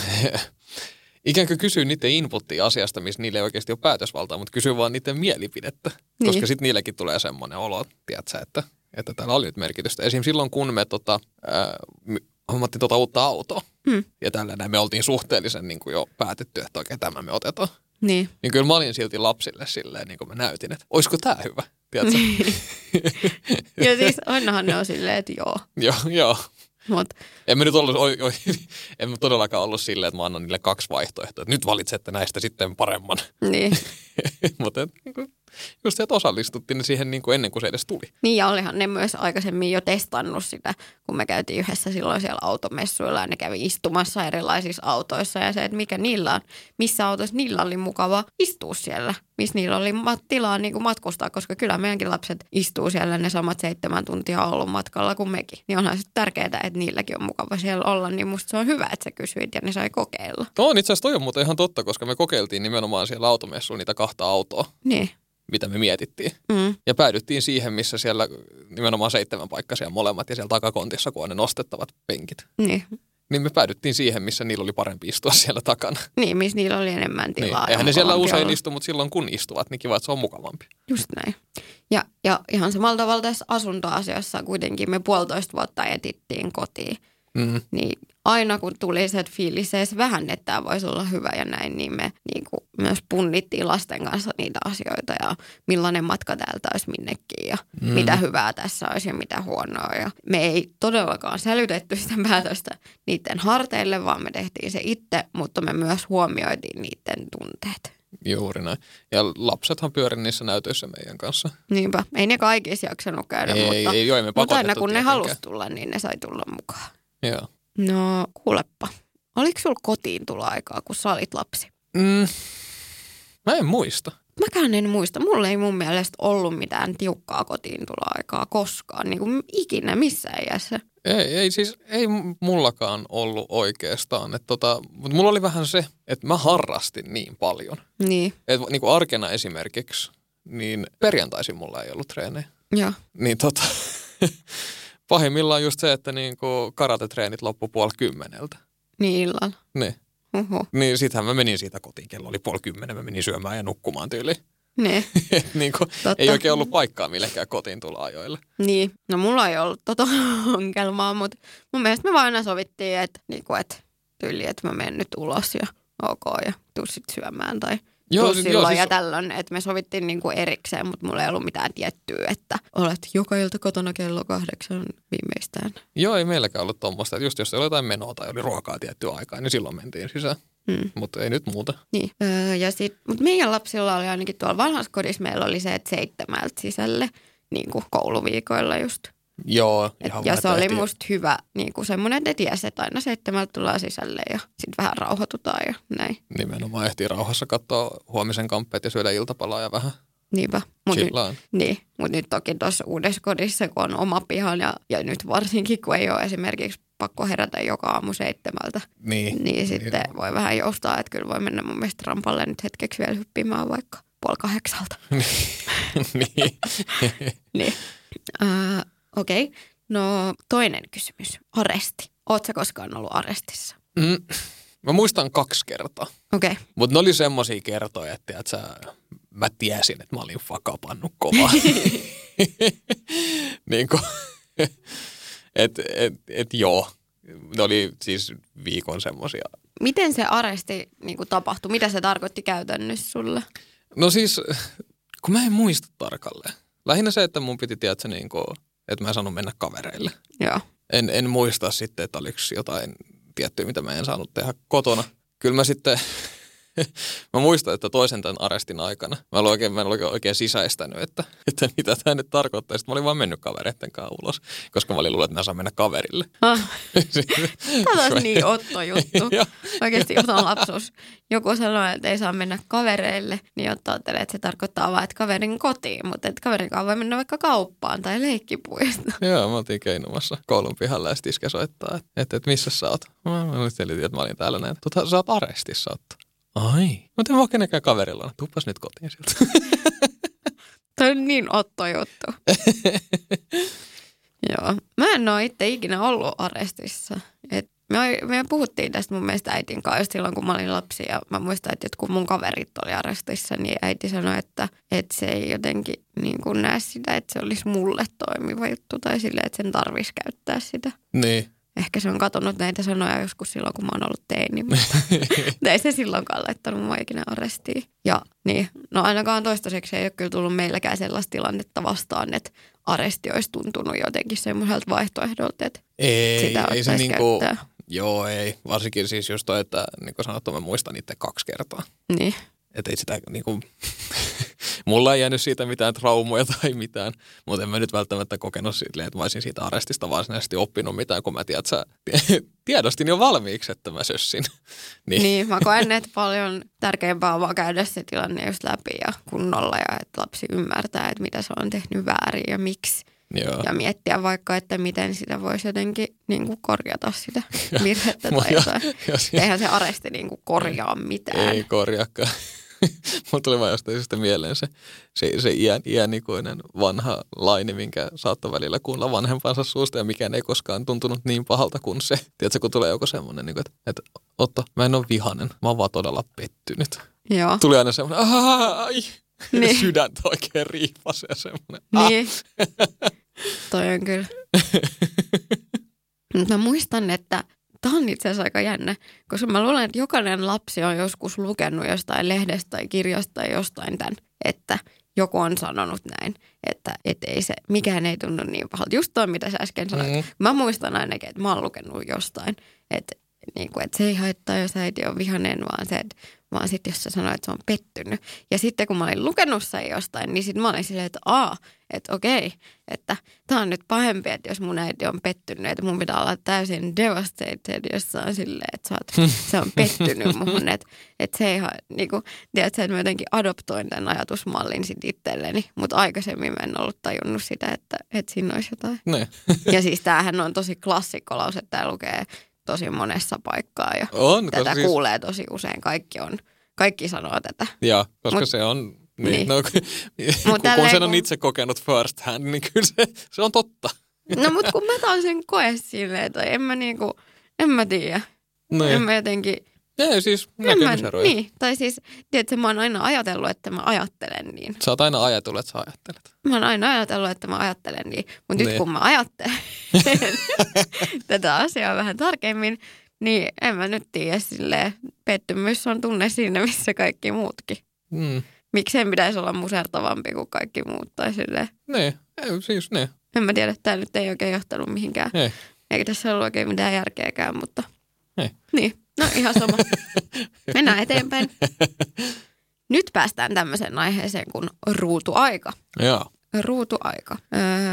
ikään kuin kysyy niiden inputtia asiasta, missä niille ei oikeasti ole päätösvaltaa, mutta kysyy vaan niiden mielipidettä, niin. Koska sitten niillekin tulee semmoinen olo, tiedätkö, että että täällä oli nyt merkitystä. Esimerkiksi silloin, kun me tota, äh, hommattiin tota uutta autoa, mm. ja tällä näin me oltiin suhteellisen niin kuin jo päätetty, että oikein tämä me otetaan. Niin. Niin kyllä mä olin silti lapsille silleen, niin kuin mä näytin, että olisiko tää hyvä, tiedätkö? Ja siis ainahan ne on silleen, että joo. joo, joo. Mut. En mä nyt ollut, oi, oi, en mä todellakaan ollut silleen, että mä annan niille kaksi vaihtoehtoa, että nyt valitsette näistä sitten paremman. Niin. Mutta niin kuin, just se, että osallistuttiin siihen niin kuin ennen kuin se edes tuli. Niin ja olihan ne myös aikaisemmin jo testannut sitä, kun me käytiin yhdessä silloin siellä automessuilla ja ne kävi istumassa erilaisissa autoissa ja se, että mikä niillä on, missä autossa niillä oli mukava istua siellä, missä niillä oli tilaa niin kuin matkustaa, koska kyllä meidänkin lapset istuu siellä ne samat seitsemän tuntia ollut matkalla kuin mekin. Niin onhan se tärkeää, että niilläkin on mukava siellä olla, niin musta se on hyvä, että sä kysyit ja ne sai kokeilla. No itse asiassa toi on muuten ihan totta, koska me kokeiltiin nimenomaan siellä automessuilla niitä kahta autoa. Niin. Mitä me mietittiin. Mm. Ja päädyttiin siihen, missä siellä nimenomaan seitsemän paikkaisia molemmat ja siellä takakontissa, kun on ne nostettavat penkit. Niin. Niin me päädyttiin siihen, missä niillä oli parempi istua siellä takana. Niin, missä niillä oli enemmän tilaa. Niin. Eihän ne siellä usein olla. istu, mutta silloin kun istuvat, niin kiva, että se on mukavampi. Just näin. Ja, ja ihan samalla tavalla tässä asuntoasiassa kuitenkin me puolitoista vuotta etittiin kotiin. Mm. Niin aina kun tuli se, että fiilis edes vähän, että tämä voisi olla hyvä ja näin, niin me niin kuin myös punnittiin lasten kanssa niitä asioita ja millainen matka täältä olisi minnekin ja mm. mitä hyvää tässä olisi ja mitä huonoa. Ja me ei todellakaan sälytetty sitä päätöstä niiden harteille, vaan me tehtiin se itse, mutta me myös huomioitiin niiden tunteet. Juuri näin. Ja lapsethan pyöri niissä näytöissä meidän kanssa. Niinpä. Ei ne kaikissa jaksanut käydä, ei, mutta, ei, joo, me mutta aina kun tietenkään. Ne halusi tulla, niin ne sai tulla mukaan. Joo. No kuulepa, oliko sulla kotiin tuloaikaa, kun sä olit lapsi? Mm, mä en muista. Mäkään en muista. Mulla ei mun mielestä ollut mitään tiukkaa kotiin tuloaikaa koskaan, niin kuin ikinä missään iässä. Ei, ei siis, ei mullakaan ollut oikeastaan. Et tota, mutta mulla oli vähän se, että mä harrastin niin paljon. Niin. Että niin kuin arkena esimerkiksi, niin perjantaisin mulla ei ollut treenejä. Joo. Niin tota... Pahimmillaan just se, että niinku karatetreenit loppu puoli kymmeneltä. Niin illalla. Niin. Uhuh. Niin sittenhän mä menin siitä kotiin, kello oli puoli kymmenen, mä menin syömään ja nukkumaan tyyliin. Niin. niinku, ei oikein ollut paikkaa millekään kotiin tulla ajoille. Niin, no mulla ei ollut tota ongelmaa, mutta mun mielestä me vaan aina sovittiin, että niinku, et, tyyli, että mä menen nyt ulos ja ok ja tuu sit syömään tai... Joo, silloin joo, siis... ja tällöin, että me sovittiin niinku erikseen, mutta mulla ei ollut mitään tiettyä, että olet joka ilta kotona kello kahdeksan viimeistään. Joo, ei meilläkään ollut tuommoista, että just jos oli jotain menoa tai oli ruokaa tiettyä aikaa, niin silloin mentiin sisään. Hmm. Mutta ei nyt muuta. Niin, öö, ja sit, mutta meidän lapsilla oli ainakin tuolla vanhassa kodissa, meillä oli se, että seitsemältä sisälle niin kuin kouluviikoilla just. Joo, Et, ihan ja se oli musta hyvä niin kuin semmoinen, että tiesi, että aina seitsemältä tullaan sisälle ja sitten vähän rauhoitutaan ja näin. Nimenomaan ehtii rauhassa katsoa huomisen kamppeet ja syödä iltapalaa ja vähän Niinpä. Mut chillaan. Nyt, niin, mutta nyt toki tuossa uudessa kodissa, kun on oma pihan ja, ja nyt varsinkin, kun ei ole esimerkiksi pakko herätä joka aamu seitsemältä, niin, niin sitten niin. voi vähän joustaa, että kyllä voi mennä mun mielestä rampalle nyt hetkeksi vielä hyppimään vaikka puoli kahdeksalta. niin. niin. Uh, Okei, okay. No toinen kysymys. Aresti. Ootko sä koskaan ollut arestissa? Mm. Mä muistan kaksi kertaa. Okei. Okay. Mutta ne oli semmosia kertoja, että, että sä, mä tiesin, että mä olin fakapannut kovaa. niin kuin, että et, et joo. Ne oli siis viikon semmosia. Miten se aresti niin kuin tapahtui? Mitä se tarkoitti käytännössä sulle? No siis, kun mä en muista tarkalleen. Lähinnä se, että mun piti tietää, niin kuin, että mä en saanut mennä kavereille. Joo. En, en muista sitten, että oliko jotain tiettyä, mitä mä en saanut tehdä kotona. Kyllä mä sitten, mä muistan, että toisen tämän arestin aikana, mä en oikein, mä en oikein, oikein sisäistänyt, että, että mitä tämä nyt tarkoittaa. Sitten mä olin vaan mennyt kavereitten kanssa ulos, koska mä olin luullut, että mä saan mennä kaverille. Ah. Tämä on niin Otto juttu. Oikeasti Oton lapsuus. Joku sanoo, että ei saa mennä kavereille, niin Otto ajattelee, että se tarkoittaa vaan, että kaverin kotiin. Mutta että kaverin kanssa voi mennä vaikka kauppaan tai leikkipuistoon. Joo, mä oltiin keinumassa koulun pihalla ja sitten iske soittaa, että, että, että missä sä oot. Mä, mä selitin, että mä olin täällä näin. Tota, sä oot arestissa, Otto. Ai, mä tein vaan kenenkään kaverilla. Tuppas nyt kotiin sieltä. Toi on niin Otto juttu. Joo. Mä en ole itse ikinä ollut arestissa. Et me, me puhuttiin tästä mun mielestä äitin kanssa just silloin, kun mä olin lapsi. Ja mä muistan, että kun mun kaverit oli arestissa, niin äiti sanoi, että, että se ei jotenkin niin kuin näe sitä, että se olisi mulle toimiva juttu. Tai silleen, että sen tarvitsisi käyttää sitä. Niin. Ehkä se on katsonut näitä sanoja joskus silloin, kun mä oon ollut teini, mutta ei se silloinkaan laittanut mua ikinä arestiin. Ja niin, no ainakaan toistaiseksi ei ole kyllä tullut meilläkään sellaista tilannetta vastaan, että aresti olisi tuntunut jotenkin semmoiselta vaihtoehdolta, että ei, sitä ei se niinku, käyttää. Joo, ei. Varsinkin siis just toi, että niin kuin sanottu, mä muistan itse kaksi kertaa. Niin. Että ei sitä niinku, mulla ei jäänyt siitä mitään traumoja tai mitään, mutta en mä nyt välttämättä kokenut silleen, että mä olisin siitä arestista varsinaisesti oppinut mitään, kun mä tiedän, että sä tiedostin jo valmiiksi, että mä sössin. niin. niin, mä koen, että paljon tärkeämpää on vaan käydä se tilanne just läpi ja kunnolla ja että lapsi ymmärtää, että mitä se on tehnyt väärin ja miksi. Joo. Ja miettiä vaikka, että miten sitä voisi jotenkin niin kuin korjata sitä virhettä tai jotain. Eihän se aresti niin kuin korjaa mitään. Ei korjaakaan. Mulla tuli vaan jostain syystä mieleen se, se, se iän, iänikuinen vanha laini, minkä saattoi välillä kuulla vanhempansa suusta ja mikään ei koskaan tuntunut niin pahalta kuin se. Tiedätkö, kun tulee joku semmoinen, niin että, että Otto, mä en ole vihainen, mä oon vaan todella pettynyt. Joo. Tuli aina semmoinen, ai, niin. Sydäntä oikein riipasi ja semmoinen. Niin, ah. Toi on kyllä. Mä muistan, että tämä on itse asiassa aika jännä, koska mä luulen, että jokainen lapsi on joskus lukenut jostain lehdestä tai kirjasta tai jostain tämän, että joku on sanonut näin, että et ei se, mikään ei tunnu niin pahalta. Just toi, mitä sä äsken sanoit. Mm-hmm. Mä muistan ainakin, että mä oon lukenut jostain, että, niin kuin, että se ei haittaa, jos äiti on vihainen, vaan se, että vaan sitten jos sä sanoit, että se on pettynyt. Ja sitten kun mä olin lukenut sen jostain, niin sitten mä olin silleen, että aa, että okei, että tää on nyt pahempi, että jos mun äiti on pettynyt, että mun pitää olla täysin devastated, jos se on silleen, että sä oot, se on pettynyt muhun. Että et se ihan, niinku, tiedätkö, että mä jotenkin adoptoin tämän ajatusmallin sit itselleni, mutta aikaisemmin mä en ollut tajunnut sitä, että, että siinä olisi jotain. Ne. Ja siis tämähän on tosi klassikkolaus, että tää lukee tosi monessa paikkaa ja on, tätä siis kuulee tosi usein. Kaikki, on, kaikki sanoo tätä. Joo, koska Mut, se on, niin, niin. No, kun, kun sen on itse kokenut first hand, niin kyllä se, se on totta. No mutta kun mä taas sen koe silleen, tai en mä niinku, en mä tiedä. No, en mä jotenkin. Ei siis näkemyseroja. Niin, tai siis, tiedätkö, mä oon aina ajatellut, että mä ajattelen niin. Sä oot aina ajatellut, että sä ajattelet. Mä oon aina ajatellut, että mä ajattelen niin, mutta niin. Nyt kun mä ajattelen tätä asiaa vähän tarkemmin, niin en mä nyt tiedä silleen, pettymys on tunne siinä, missä kaikki muutkin. Mm. Miksi sen pitäisi olla musertavampi kuin kaikki muut tai silleen. Niin, siis niin. En mä tiedä, että tää nyt ei oikein johtanut mihinkään. Ei. Eikä tässä ollut oikein mitään järkeäkään, mutta ei. Niin. No ihan sama. Mennään eteenpäin. Nyt päästään tämmöiseen aiheeseen kuin ruutuaika. Joo. Ruutuaika. Öö,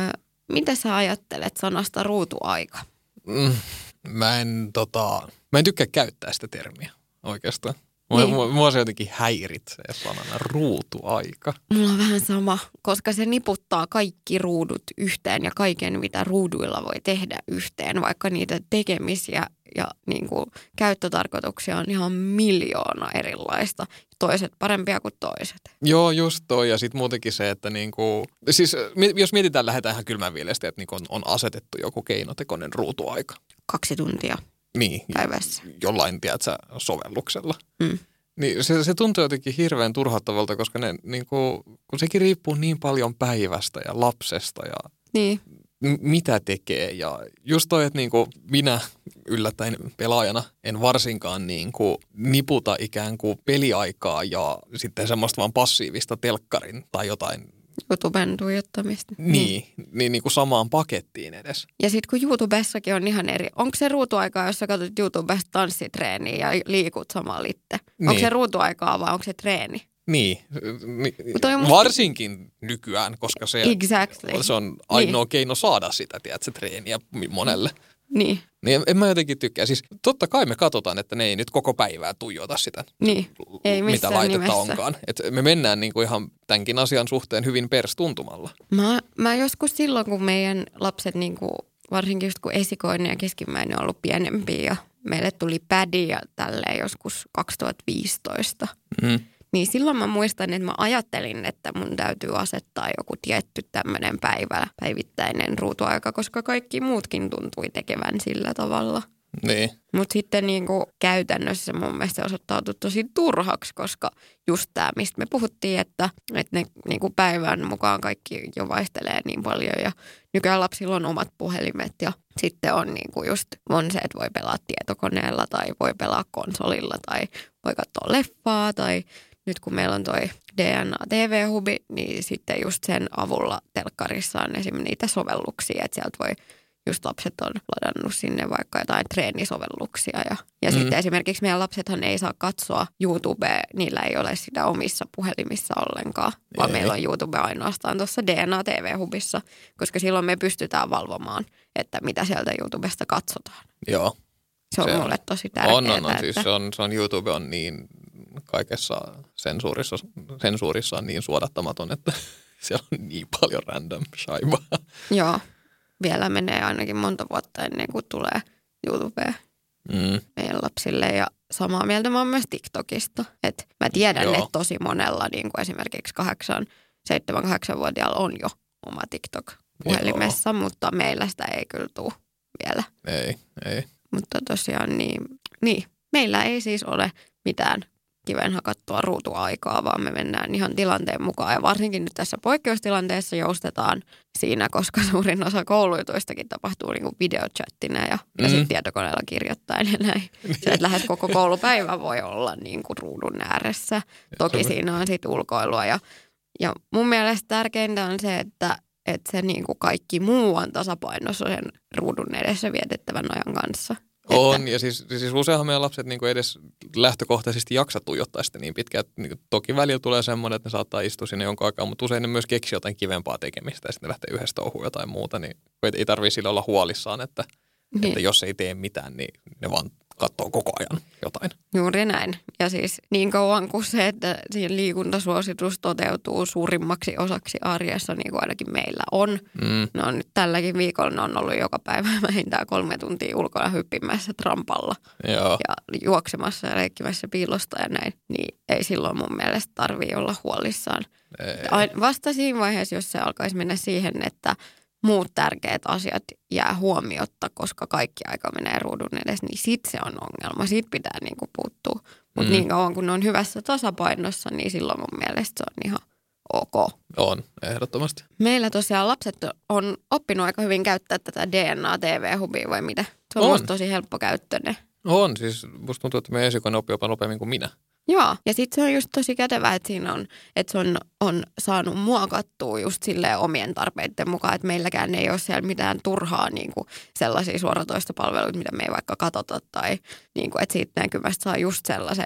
mitä sä ajattelet sanasta ruutuaika? Mm, mä, en, tota, mä en tykkää käyttää sitä termiä oikeastaan. Mua, niin. mua, mua se jotenkin häiritsee sanana ruutuaika. Mulla on vähän sama, koska se niputtaa kaikki ruudut yhteen ja kaiken, mitä ruuduilla voi tehdä yhteen, vaikka niitä tekemisiä ja niin kuin, käyttötarkoituksia on ihan miljoona erilaista. Toiset parempia kuin toiset. Joo, just toi. Ja sitten muutenkin se, että niinku, siis jos mietitään, lähdetään ihan kylmänviileästi, että niinku on, on asetettu joku keinotekoinen ruutuaika. Kaksi tuntia. Niin, päivässä. Jollain, tiedätkö, sovelluksella. Mm. Niin se, se tuntuu jotenkin hirveän turhauttavalta, koska ne, niin kuin, kun sekin riippuu niin paljon päivästä ja lapsesta ja niin. m- mitä tekee. Ja just toi, että niin kuin minä yllättäen pelaajana en varsinkaan niin kuin niputa ikään kuin peliaikaa ja sitten semmoista vaan passiivista telkkarin tai jotain. YouTuben tuijottamista. Niin, niin, niin, niin kuin samaan pakettiin edes. Ja sitten kun YouTubessakin on ihan eri, onko se ruutuaikaa, jos sä katsot YouTubesta tanssitreeniä ja liikut samalla itse? Niin. Onko se ruutuaikaa vai onko se treeni? Niin, musta... varsinkin nykyään, koska se, exactly. se on ainoa niin. keino saada sitä, tiedätkö, treeniä monelle. Niin. Niin en mä jotenkin tykkää. Siis totta kai me katsotaan, että ne ei nyt koko päivää tuijota sitä, niin. ei mitä laitetta nimessä. onkaan. Et me mennään niinku ihan tämänkin asian suhteen hyvin perstuntumalla. Mä, mä joskus silloin, kun meidän lapset, niinku, varsinkin just kun esikoinen ja keskimmäinen on ollut pienempiä ja meille tuli pädi ja tälleen joskus kaksituhattaviisitoista, mm. niin silloin mä muistan, että mä ajattelin, että mun täytyy asettaa joku tietty tämmöinen päivä, päivittäinen ruutuaika, koska kaikki muutkin tuntui tekevän sillä tavalla. Niin. Mutta sitten niinku käytännössä mun mielestä se osoittautui tosi turhaksi, koska just tämä, mistä me puhuttiin, että, että ne niinku päivän mukaan kaikki jo vaihtelee niin paljon ja nykyään lapsilla on omat puhelimet ja sitten on niinku just on se, että voi pelaa tietokoneella tai voi pelaa konsolilla tai voi katsoa leffaa tai nyt kun meillä on toi D N A T V-hubi, niin sitten just sen avulla telkkarissa on esimerkiksi niitä sovelluksia, että sieltä voi just lapset on ladannut sinne vaikka jotain treenisovelluksia. Ja, ja mm. sitten esimerkiksi meidän lapsethan ei saa katsoa YouTubea, niillä ei ole sitä omissa puhelimissa ollenkaan, vaan ei. Meillä on YouTube ainoastaan tuossa D N A T V-hubissa, koska silloin me pystytään valvomaan, että mitä sieltä YouTubesta katsotaan. Joo. Se on se mulle tosi tärkeää. On, on, on. Että... Siis se on, se on, YouTube on niin kaikessa sensuurissa, sensuurissa on niin suodattamaton, että siellä on niin paljon random shaibaa. Joo. Vielä menee ainakin monta vuotta ennen kuin tulee YouTubeen mm. meidän lapsille. Ja samaa mieltä mä oon myös TikTokista. Et mä tiedän, Joo. että tosi monella, niin kuin esimerkiksi kahdeksan, seitsemän, kahdeksanvuotiaalla on jo oma TikTok puhelimessa, Joo. mutta meillä sitä ei kyllä tule vielä. Ei, ei. Mutta tosiaan niin, niin, meillä ei siis ole mitään kiven hakattua ruutuaikaa, vaan me mennään ihan tilanteen mukaan. Ja varsinkin nyt tässä poikkeustilanteessa joustetaan siinä, koska suurin osa koulujutuistakin tapahtuu niin kuin videochattina ja, mm. ja sitten tietokoneella kirjoittain ja näin. Se, että lähes koko koulupäivä voi olla niin kuin ruudun ääressä. Toki siinä on sitten ulkoilua. Ja, ja mun mielestä tärkeintä on se, että, että se niin kuin kaikki muu on tasapainossa sen ruudun edessä vietettävän ajan kanssa. On, ja siis, siis useinhan meidän lapset niin kuin edes lähtökohtaisesti jaksa tuijottaa sitä niin pitkään. Niin kuin toki välillä tulee semmoinen, että ne saattaa istua sinne jonkun aikaa, mutta usein ne myös keksi jotain kivempaa tekemistä ja sitten ne lähtee yhdessä touhuun jotain muuta. Niin ei tarvitse sillä olla huolissaan, että, niin. että jos ei tee mitään, niin ne vaan katsoo koko ajan jotain. Juuri näin. Ja siis niin kauan kuin se, että siihen liikuntasuositus toteutuu suurimmaksi osaksi arjessa, niin kuin ainakin meillä on. Mm. No nyt tälläkin viikolla on ollut joka päivä vähintään kolme tuntia ulkona hyppimässä trampalla. Joo. Ja juoksemassa ja leikkimässä piilosta ja näin. Niin ei silloin mun mielestä tarvitse olla huolissaan. Ei. Vasta siinä vaiheessa, jos se alkaisi mennä siihen, että muut tärkeät asiat jää huomiotta, koska kaikki aika menee ruudun edes, niin sit se on ongelma. Siitä pitää niinku puuttua. Mutta mm. niin kauan kun ne on hyvässä tasapainossa, niin silloin mun mielestä se on ihan ok. On, ehdottomasti. Meillä tosiaan lapset on oppinut aika hyvin käyttää tätä D N A T V-hubia vai mitä? Se on, on. musta tosi helppokäyttöinen. On, siis musta tuntuu, että meidän esikoinen oppii jopa nopeammin kuin minä. Joo, ja sitten se on just tosi kätevää, että siinä on, että se on, on saanut muokattua just silleen omien tarpeiden mukaan, että meilläkään ei ole siellä mitään turhaa niin kuin sellaisia suoratoistopalveluita, mitä me ei vaikka katsota tai niin kuin, että siitä näkymästä saa just sellaisen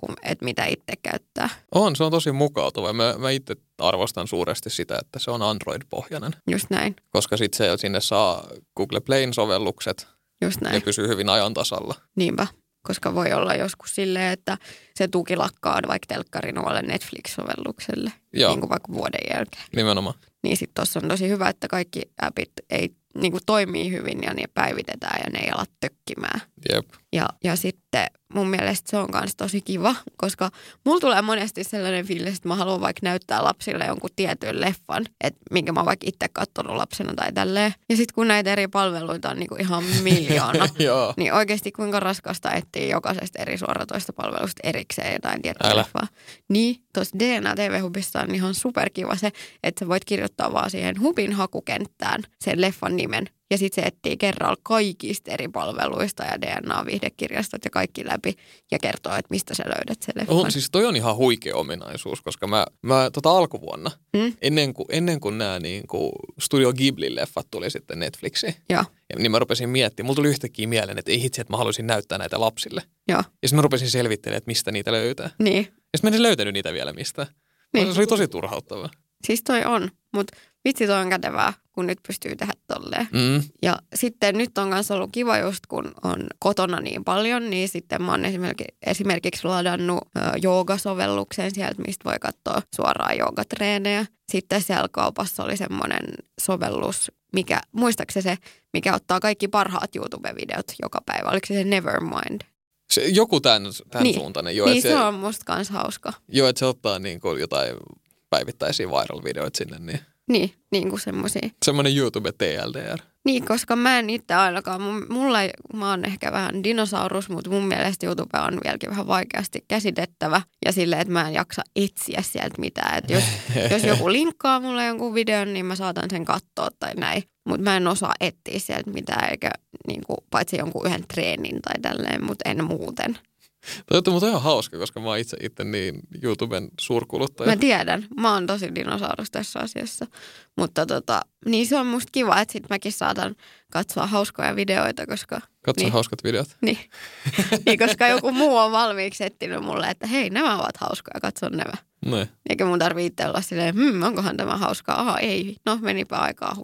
että mitä itse käyttää. On, se on tosi mukautuva. Mä, mä itse arvostan suuresti sitä, että se on Android-pohjainen. Just näin. Koska sitten se sinne saa Google Playn sovellukset. Just näin. Ja pysyy hyvin ajan tasalla. Niinpä. Koska voi olla joskus silleen, että se tuki lakkaa vaikka telkkarin omalle Netflix-sovellukselle, Joo. niin kuin vaikka vuoden jälkeen. Nimenomaan. Niin sitten tuossa on tosi hyvä, että kaikki appit ei niin kuin toimii hyvin ja ne päivitetään ja ne ei ala tökkimään. Jep. Ja, ja sitten mun mielestä se on myös tosi kiva, koska mulla tulee monesti sellainen fiilis, että mä haluan vaikka näyttää lapsille jonkun tietyn leffan, että minkä mä oon vaikka itse katsonut lapsena tai tälleen. Ja sitten kun näitä eri palveluita on niinku ihan miljoona, niin oikeasti kuinka raskasta etsiä jokaisesta eri suoratoista palvelusta erikseen jotain tiettyä leffaa. Niin, tuossa D N A T V-hubissa on ihan superkiva se, että sä voit kirjoittaa vaan siihen hubin hakukenttään sen leffan nimen. Ja sitten se etsii kerralla kaikista eri palveluista ja D N A-viihdekirjastot ja kaikki läpi ja kertoo, että mistä sä löydät sen leffan. On, siis toi on ihan huikea ominaisuus, koska mä, mä tota alkuvuonna, hmm? ennen kuin, ennen kuin nämä niin kuin Studio Ghibli-leffat tuli sitten Netflixiin, ja. Ja, niin mä rupesin miettimään, mulla tuli yhtäkkiä mieleen, että ei hitsi, että mä haluaisin näyttää näitä lapsille. Ja, ja sitten mä rupesin selvittelemään, että mistä niitä löytää. Niin. Ja sitten mä en löytänyt niitä vielä mistään. Niin. Se oli tosi turhauttavaa. Siis toi on, mutta vitsi toi on kätevää, kun nyt pystyy tehdä tolleen. Mm. Ja sitten nyt on myös ollut kiva just, kun on kotona niin paljon, niin sitten mä oon esimerkiksi, esimerkiksi ladannut ö, joogasovelluksen sieltä, mistä voi katsoa suoraan joogatreenejä. Sitten siellä kaupassa oli semmoinen sovellus, mikä, muistaakseni se, mikä ottaa kaikki parhaat YouTube-videot joka päivä. Oliko se se Nevermind? Se, joku tämän, tämän niin. suuntainen. Jo, niin se, se on musta kans hauska. Joo, että se ottaa niin kuin jotain päivittäisiä viral-videoita sinne. Niin, niin, niin kuin semmosia. Semmoinen YouTube T L D R. Niin, koska mä en itse ainakaan, mulla ei, mä oon ehkä vähän dinosaurus, mutta mun mielestä YouTube on vieläkin vähän vaikeasti käsitettävä. Ja silleen, että mä en jaksa etsiä sieltä mitään. Että jos, jos joku linkkaa mulle jonkun videon, niin mä saatan sen katsoa tai näin. Mutta mä en osaa etsiä sieltä mitään, eikä niin kuin, paitsi jonkun yhden treenin tai tälleen, mutta en muuten. Toi on ihan hauska, koska mä oon itse, itse niin YouTuben suurkuluttaja. Mä tiedän. Mä oon tosi dinosaurus tässä asiassa. Mutta tota, niin se on musta kiva, että sit mäkin saatan katsoa hauskoja videoita, koska... Katsoa niin, hauskat videot. Niin. niin, koska joku muu on valmiiksi etsinyt mulle, että hei, nämä ovat hauskoja, katso nämä. Noin. Eikä mun tarvitse itse olla silleen, hmm, onkohan tämä hauskaa? Aha, ei. No, menipä aikaa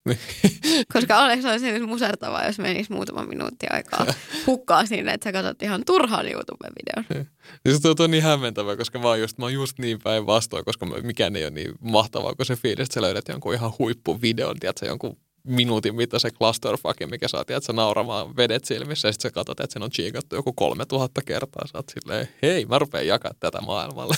koska Alex on se musertavaa, jos menisi muutama minuutti aikaa hukkaa siinä, että sä katsot ihan turhaan YouTube-videon. Niin se on niin hämmentävää, koska mä oon just, mä oon just niin päin vastoin, koska mikään ei ole niin mahtavaa kuin se fiilis, että sä löydät jonkun ihan huippuvideon, tiedätkö, jonkun minuutin mittaisen clusterfuckin, mikä saa, tiedätkö, nauramaan vedet silmissä, ja sitten sä katsot, että sen on chiikattu joku kolmetuhatta kertaa. Sä oot silleen, hei, mä rupean jakaa tätä maailmalle.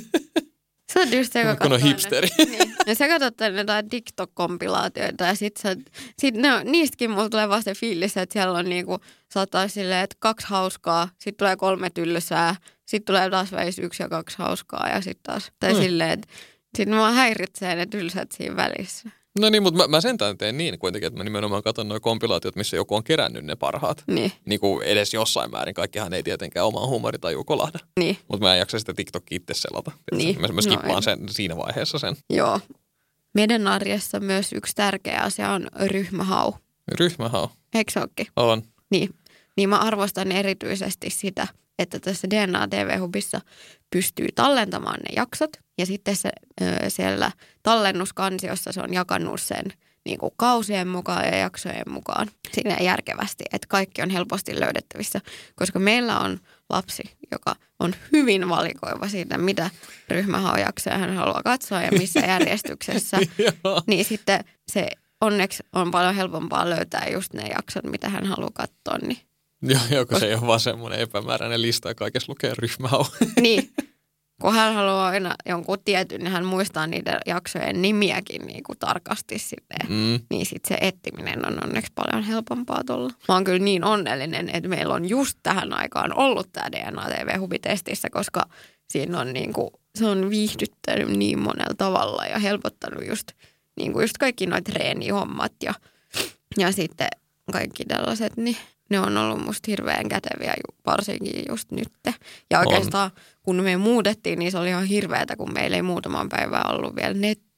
Sä oot just se, joka kun on hipsteri. Niin. Ja sä katsot jotain TikTok-kompilaatioita ja sit, sä, sit ne on, niistäkin mulla tulee vaan se fiilis, että siellä on niinku, saattaa silleen, että kaksi hauskaa, sit tulee kolme tylsää, sit tulee taas väis yksi ja kaksi hauskaa ja sit taas, tai mm. silleen, että sit mä häiritsee ne tylsät siinä välissä. No niin, mutta mä, mä sentään teen niin kuitenkin, että mä nimenomaan katson nuo kompilaatiot, missä joku on kerännyt ne parhaat. Niin. Niin kuin edes jossain määrin. Kaikkihan ei tietenkään omaa huumoritaju kolahda. Niin. Mutta mä en jaksa sitä TikTokia itse selata. Niin. Mä, mä skippaan no, sen siinä vaiheessa sen. Joo. Meidän arjessa myös yksi tärkeä asia on ryhmähau. Ryhmähau. Eikö se ookin? On. Niin. Niin mä arvostan erityisesti sitä, että tässä D N A T V-hubissa pystyy tallentamaan ne jaksot. Ja sitten se, siellä tallennuskansiossa se on jakanut sen niin kuin kausien mukaan ja jaksojen mukaan siinä järkevästi, että kaikki on helposti löydettävissä. Koska meillä on lapsi, joka on hyvin valikoiva siitä, mitä ryhmähaujaksoja hän haluaa katsoa ja missä järjestyksessä. Niin sitten se onneksi on paljon helpompaa löytää just ne jaksot, mitä hän haluaa katsoa. Niin. Joo, joo, kun se ei ole vaan semmoinen epämääräinen lista ja kaikessa lukee ryhmähau. Niin. Kun hän haluaa aina jonkun tietyn, niin hän muistaa niiden jaksojen nimiäkin niin kuin tarkasti silleen. Mm. Niin sitten se etsiminen on onneksi paljon helpompaa tulla. Mä oon kyllä niin onnellinen, että meillä on just tähän aikaan ollut tämä D N A T V-hubitestissä, koska siinä on niin kuin, se on viihdyttänyt niin monella tavalla ja helpottanut just, niin kuin just kaikki noita treenihommat ja, ja sitten kaikki tällaiset, niin ne on ollut musta hirveän käteviä, varsinkin just nyt. Ja oikeastaan, on. kun me muutettiin, niin se oli ihan hirveätä, kun meillä ei muutaman päivää ollut vielä nettiä.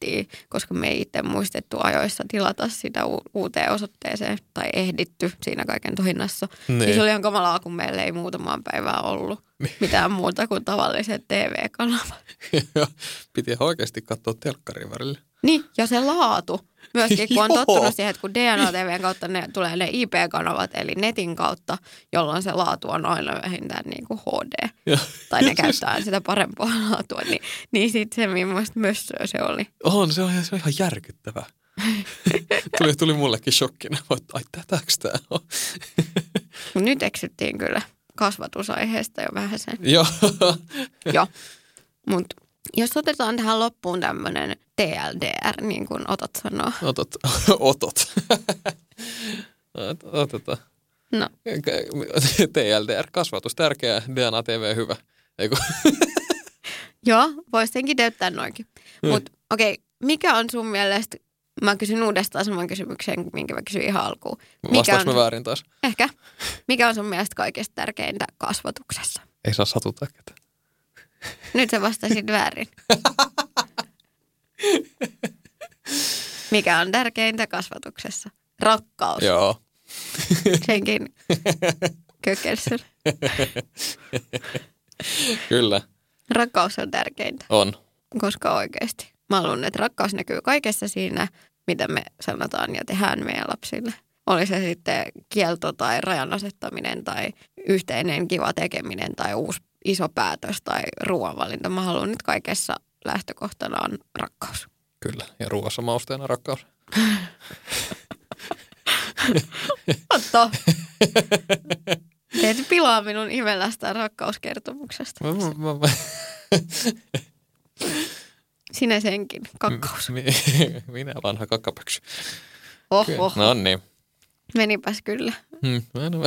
tilattiin, koska me ei itse muistettu ajoissa tilata sitä u- uuteen osoitteeseen tai ehditty siinä kaiken tohinnassa. Niin. Niin se oli ihan kamalaa, kun meillä ei muutamaan päivään ollut mitään muuta kuin tavalliset T V-kanavat. Piti oikeasti katsoa telkkarin välillä. Niin, ja se laatu. Myöskin kun on tottunut siihen, että kun D N A T V:n kautta ne tulee ne I P-kanavat, eli netin kautta, jolloin se laatu on aina vähintään niin kuin H D. Ja. Tai ne käyttää sitä parempaa laatua, niin, niin sitten se millaista mössöä se oli. On, se on, se on ihan järkyttävää. tuli, tuli mullekin shokkina, että ai tätäks tää on. Nyt eksyttiin kyllä kasvatusaiheesta jo vähän sen. Joo. Joo, mutta jos otetaan tähän loppuun tämmöinen T L D R, niin kuin Otot sanoo. Otot. Otot. Otetaan. No. T L D R, kasvatus tärkeää, D N A T V hyvä. Eiku? Joo, voisi sen kiteyttää noinkin. Mutta okei, okay, mikä on sun mielestä, mä kysyn uudestaan saman kysymyksen, minkä mä kysyin ihan alkuun. Vastaanko mä väärin taas? Ehkä. Mikä on sun mielestä kaikista tärkeintä kasvatuksessa? Ei saa satuttaa ketään. Nyt sä vastasit väärin. Mikä on tärkeintä kasvatuksessa? Rakkaus. Joo. Senkin kökelsyn. Kyllä. Rakkaus on tärkeintä. On. Koska oikeasti. Mä haluan, että rakkaus näkyy kaikessa siinä, mitä me sanotaan ja tehdään meidän lapsille. Oli se sitten kielto tai rajan asettaminen tai yhteinen kiva tekeminen tai uusi iso päätös tai ruoanvalinta. Mä haluan, että kaikessa lähtökohtana on rakkaus. Kyllä, ja ruoassa mausteena rakkaus. Otto. Teet pilaa minun imelästä rakkauskertomuksesta. Mä, mä, mä. Sinä senkin, kakkaus. Minä vanha kakkapöksy. Oho. No niin. Menipäs kyllä. Hmm.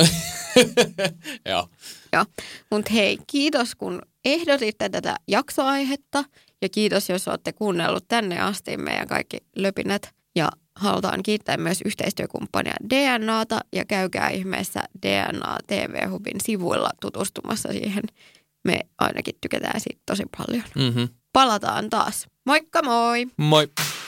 Joo. Joo, mutta hei, kiitos kun ehdotitte tätä jaksoaihetta ja kiitos, jos olette kuunnellut tänne asti meidän kaikki löpinät. Ja halutaan kiittää myös yhteistyökumppania D N A:ta ja käykää ihmeessä D N A T V-hubin sivuilla tutustumassa siihen. Me ainakin tykätään siitä tosi paljon. Mm-hmm. Palataan taas. Moikka moi! Moi!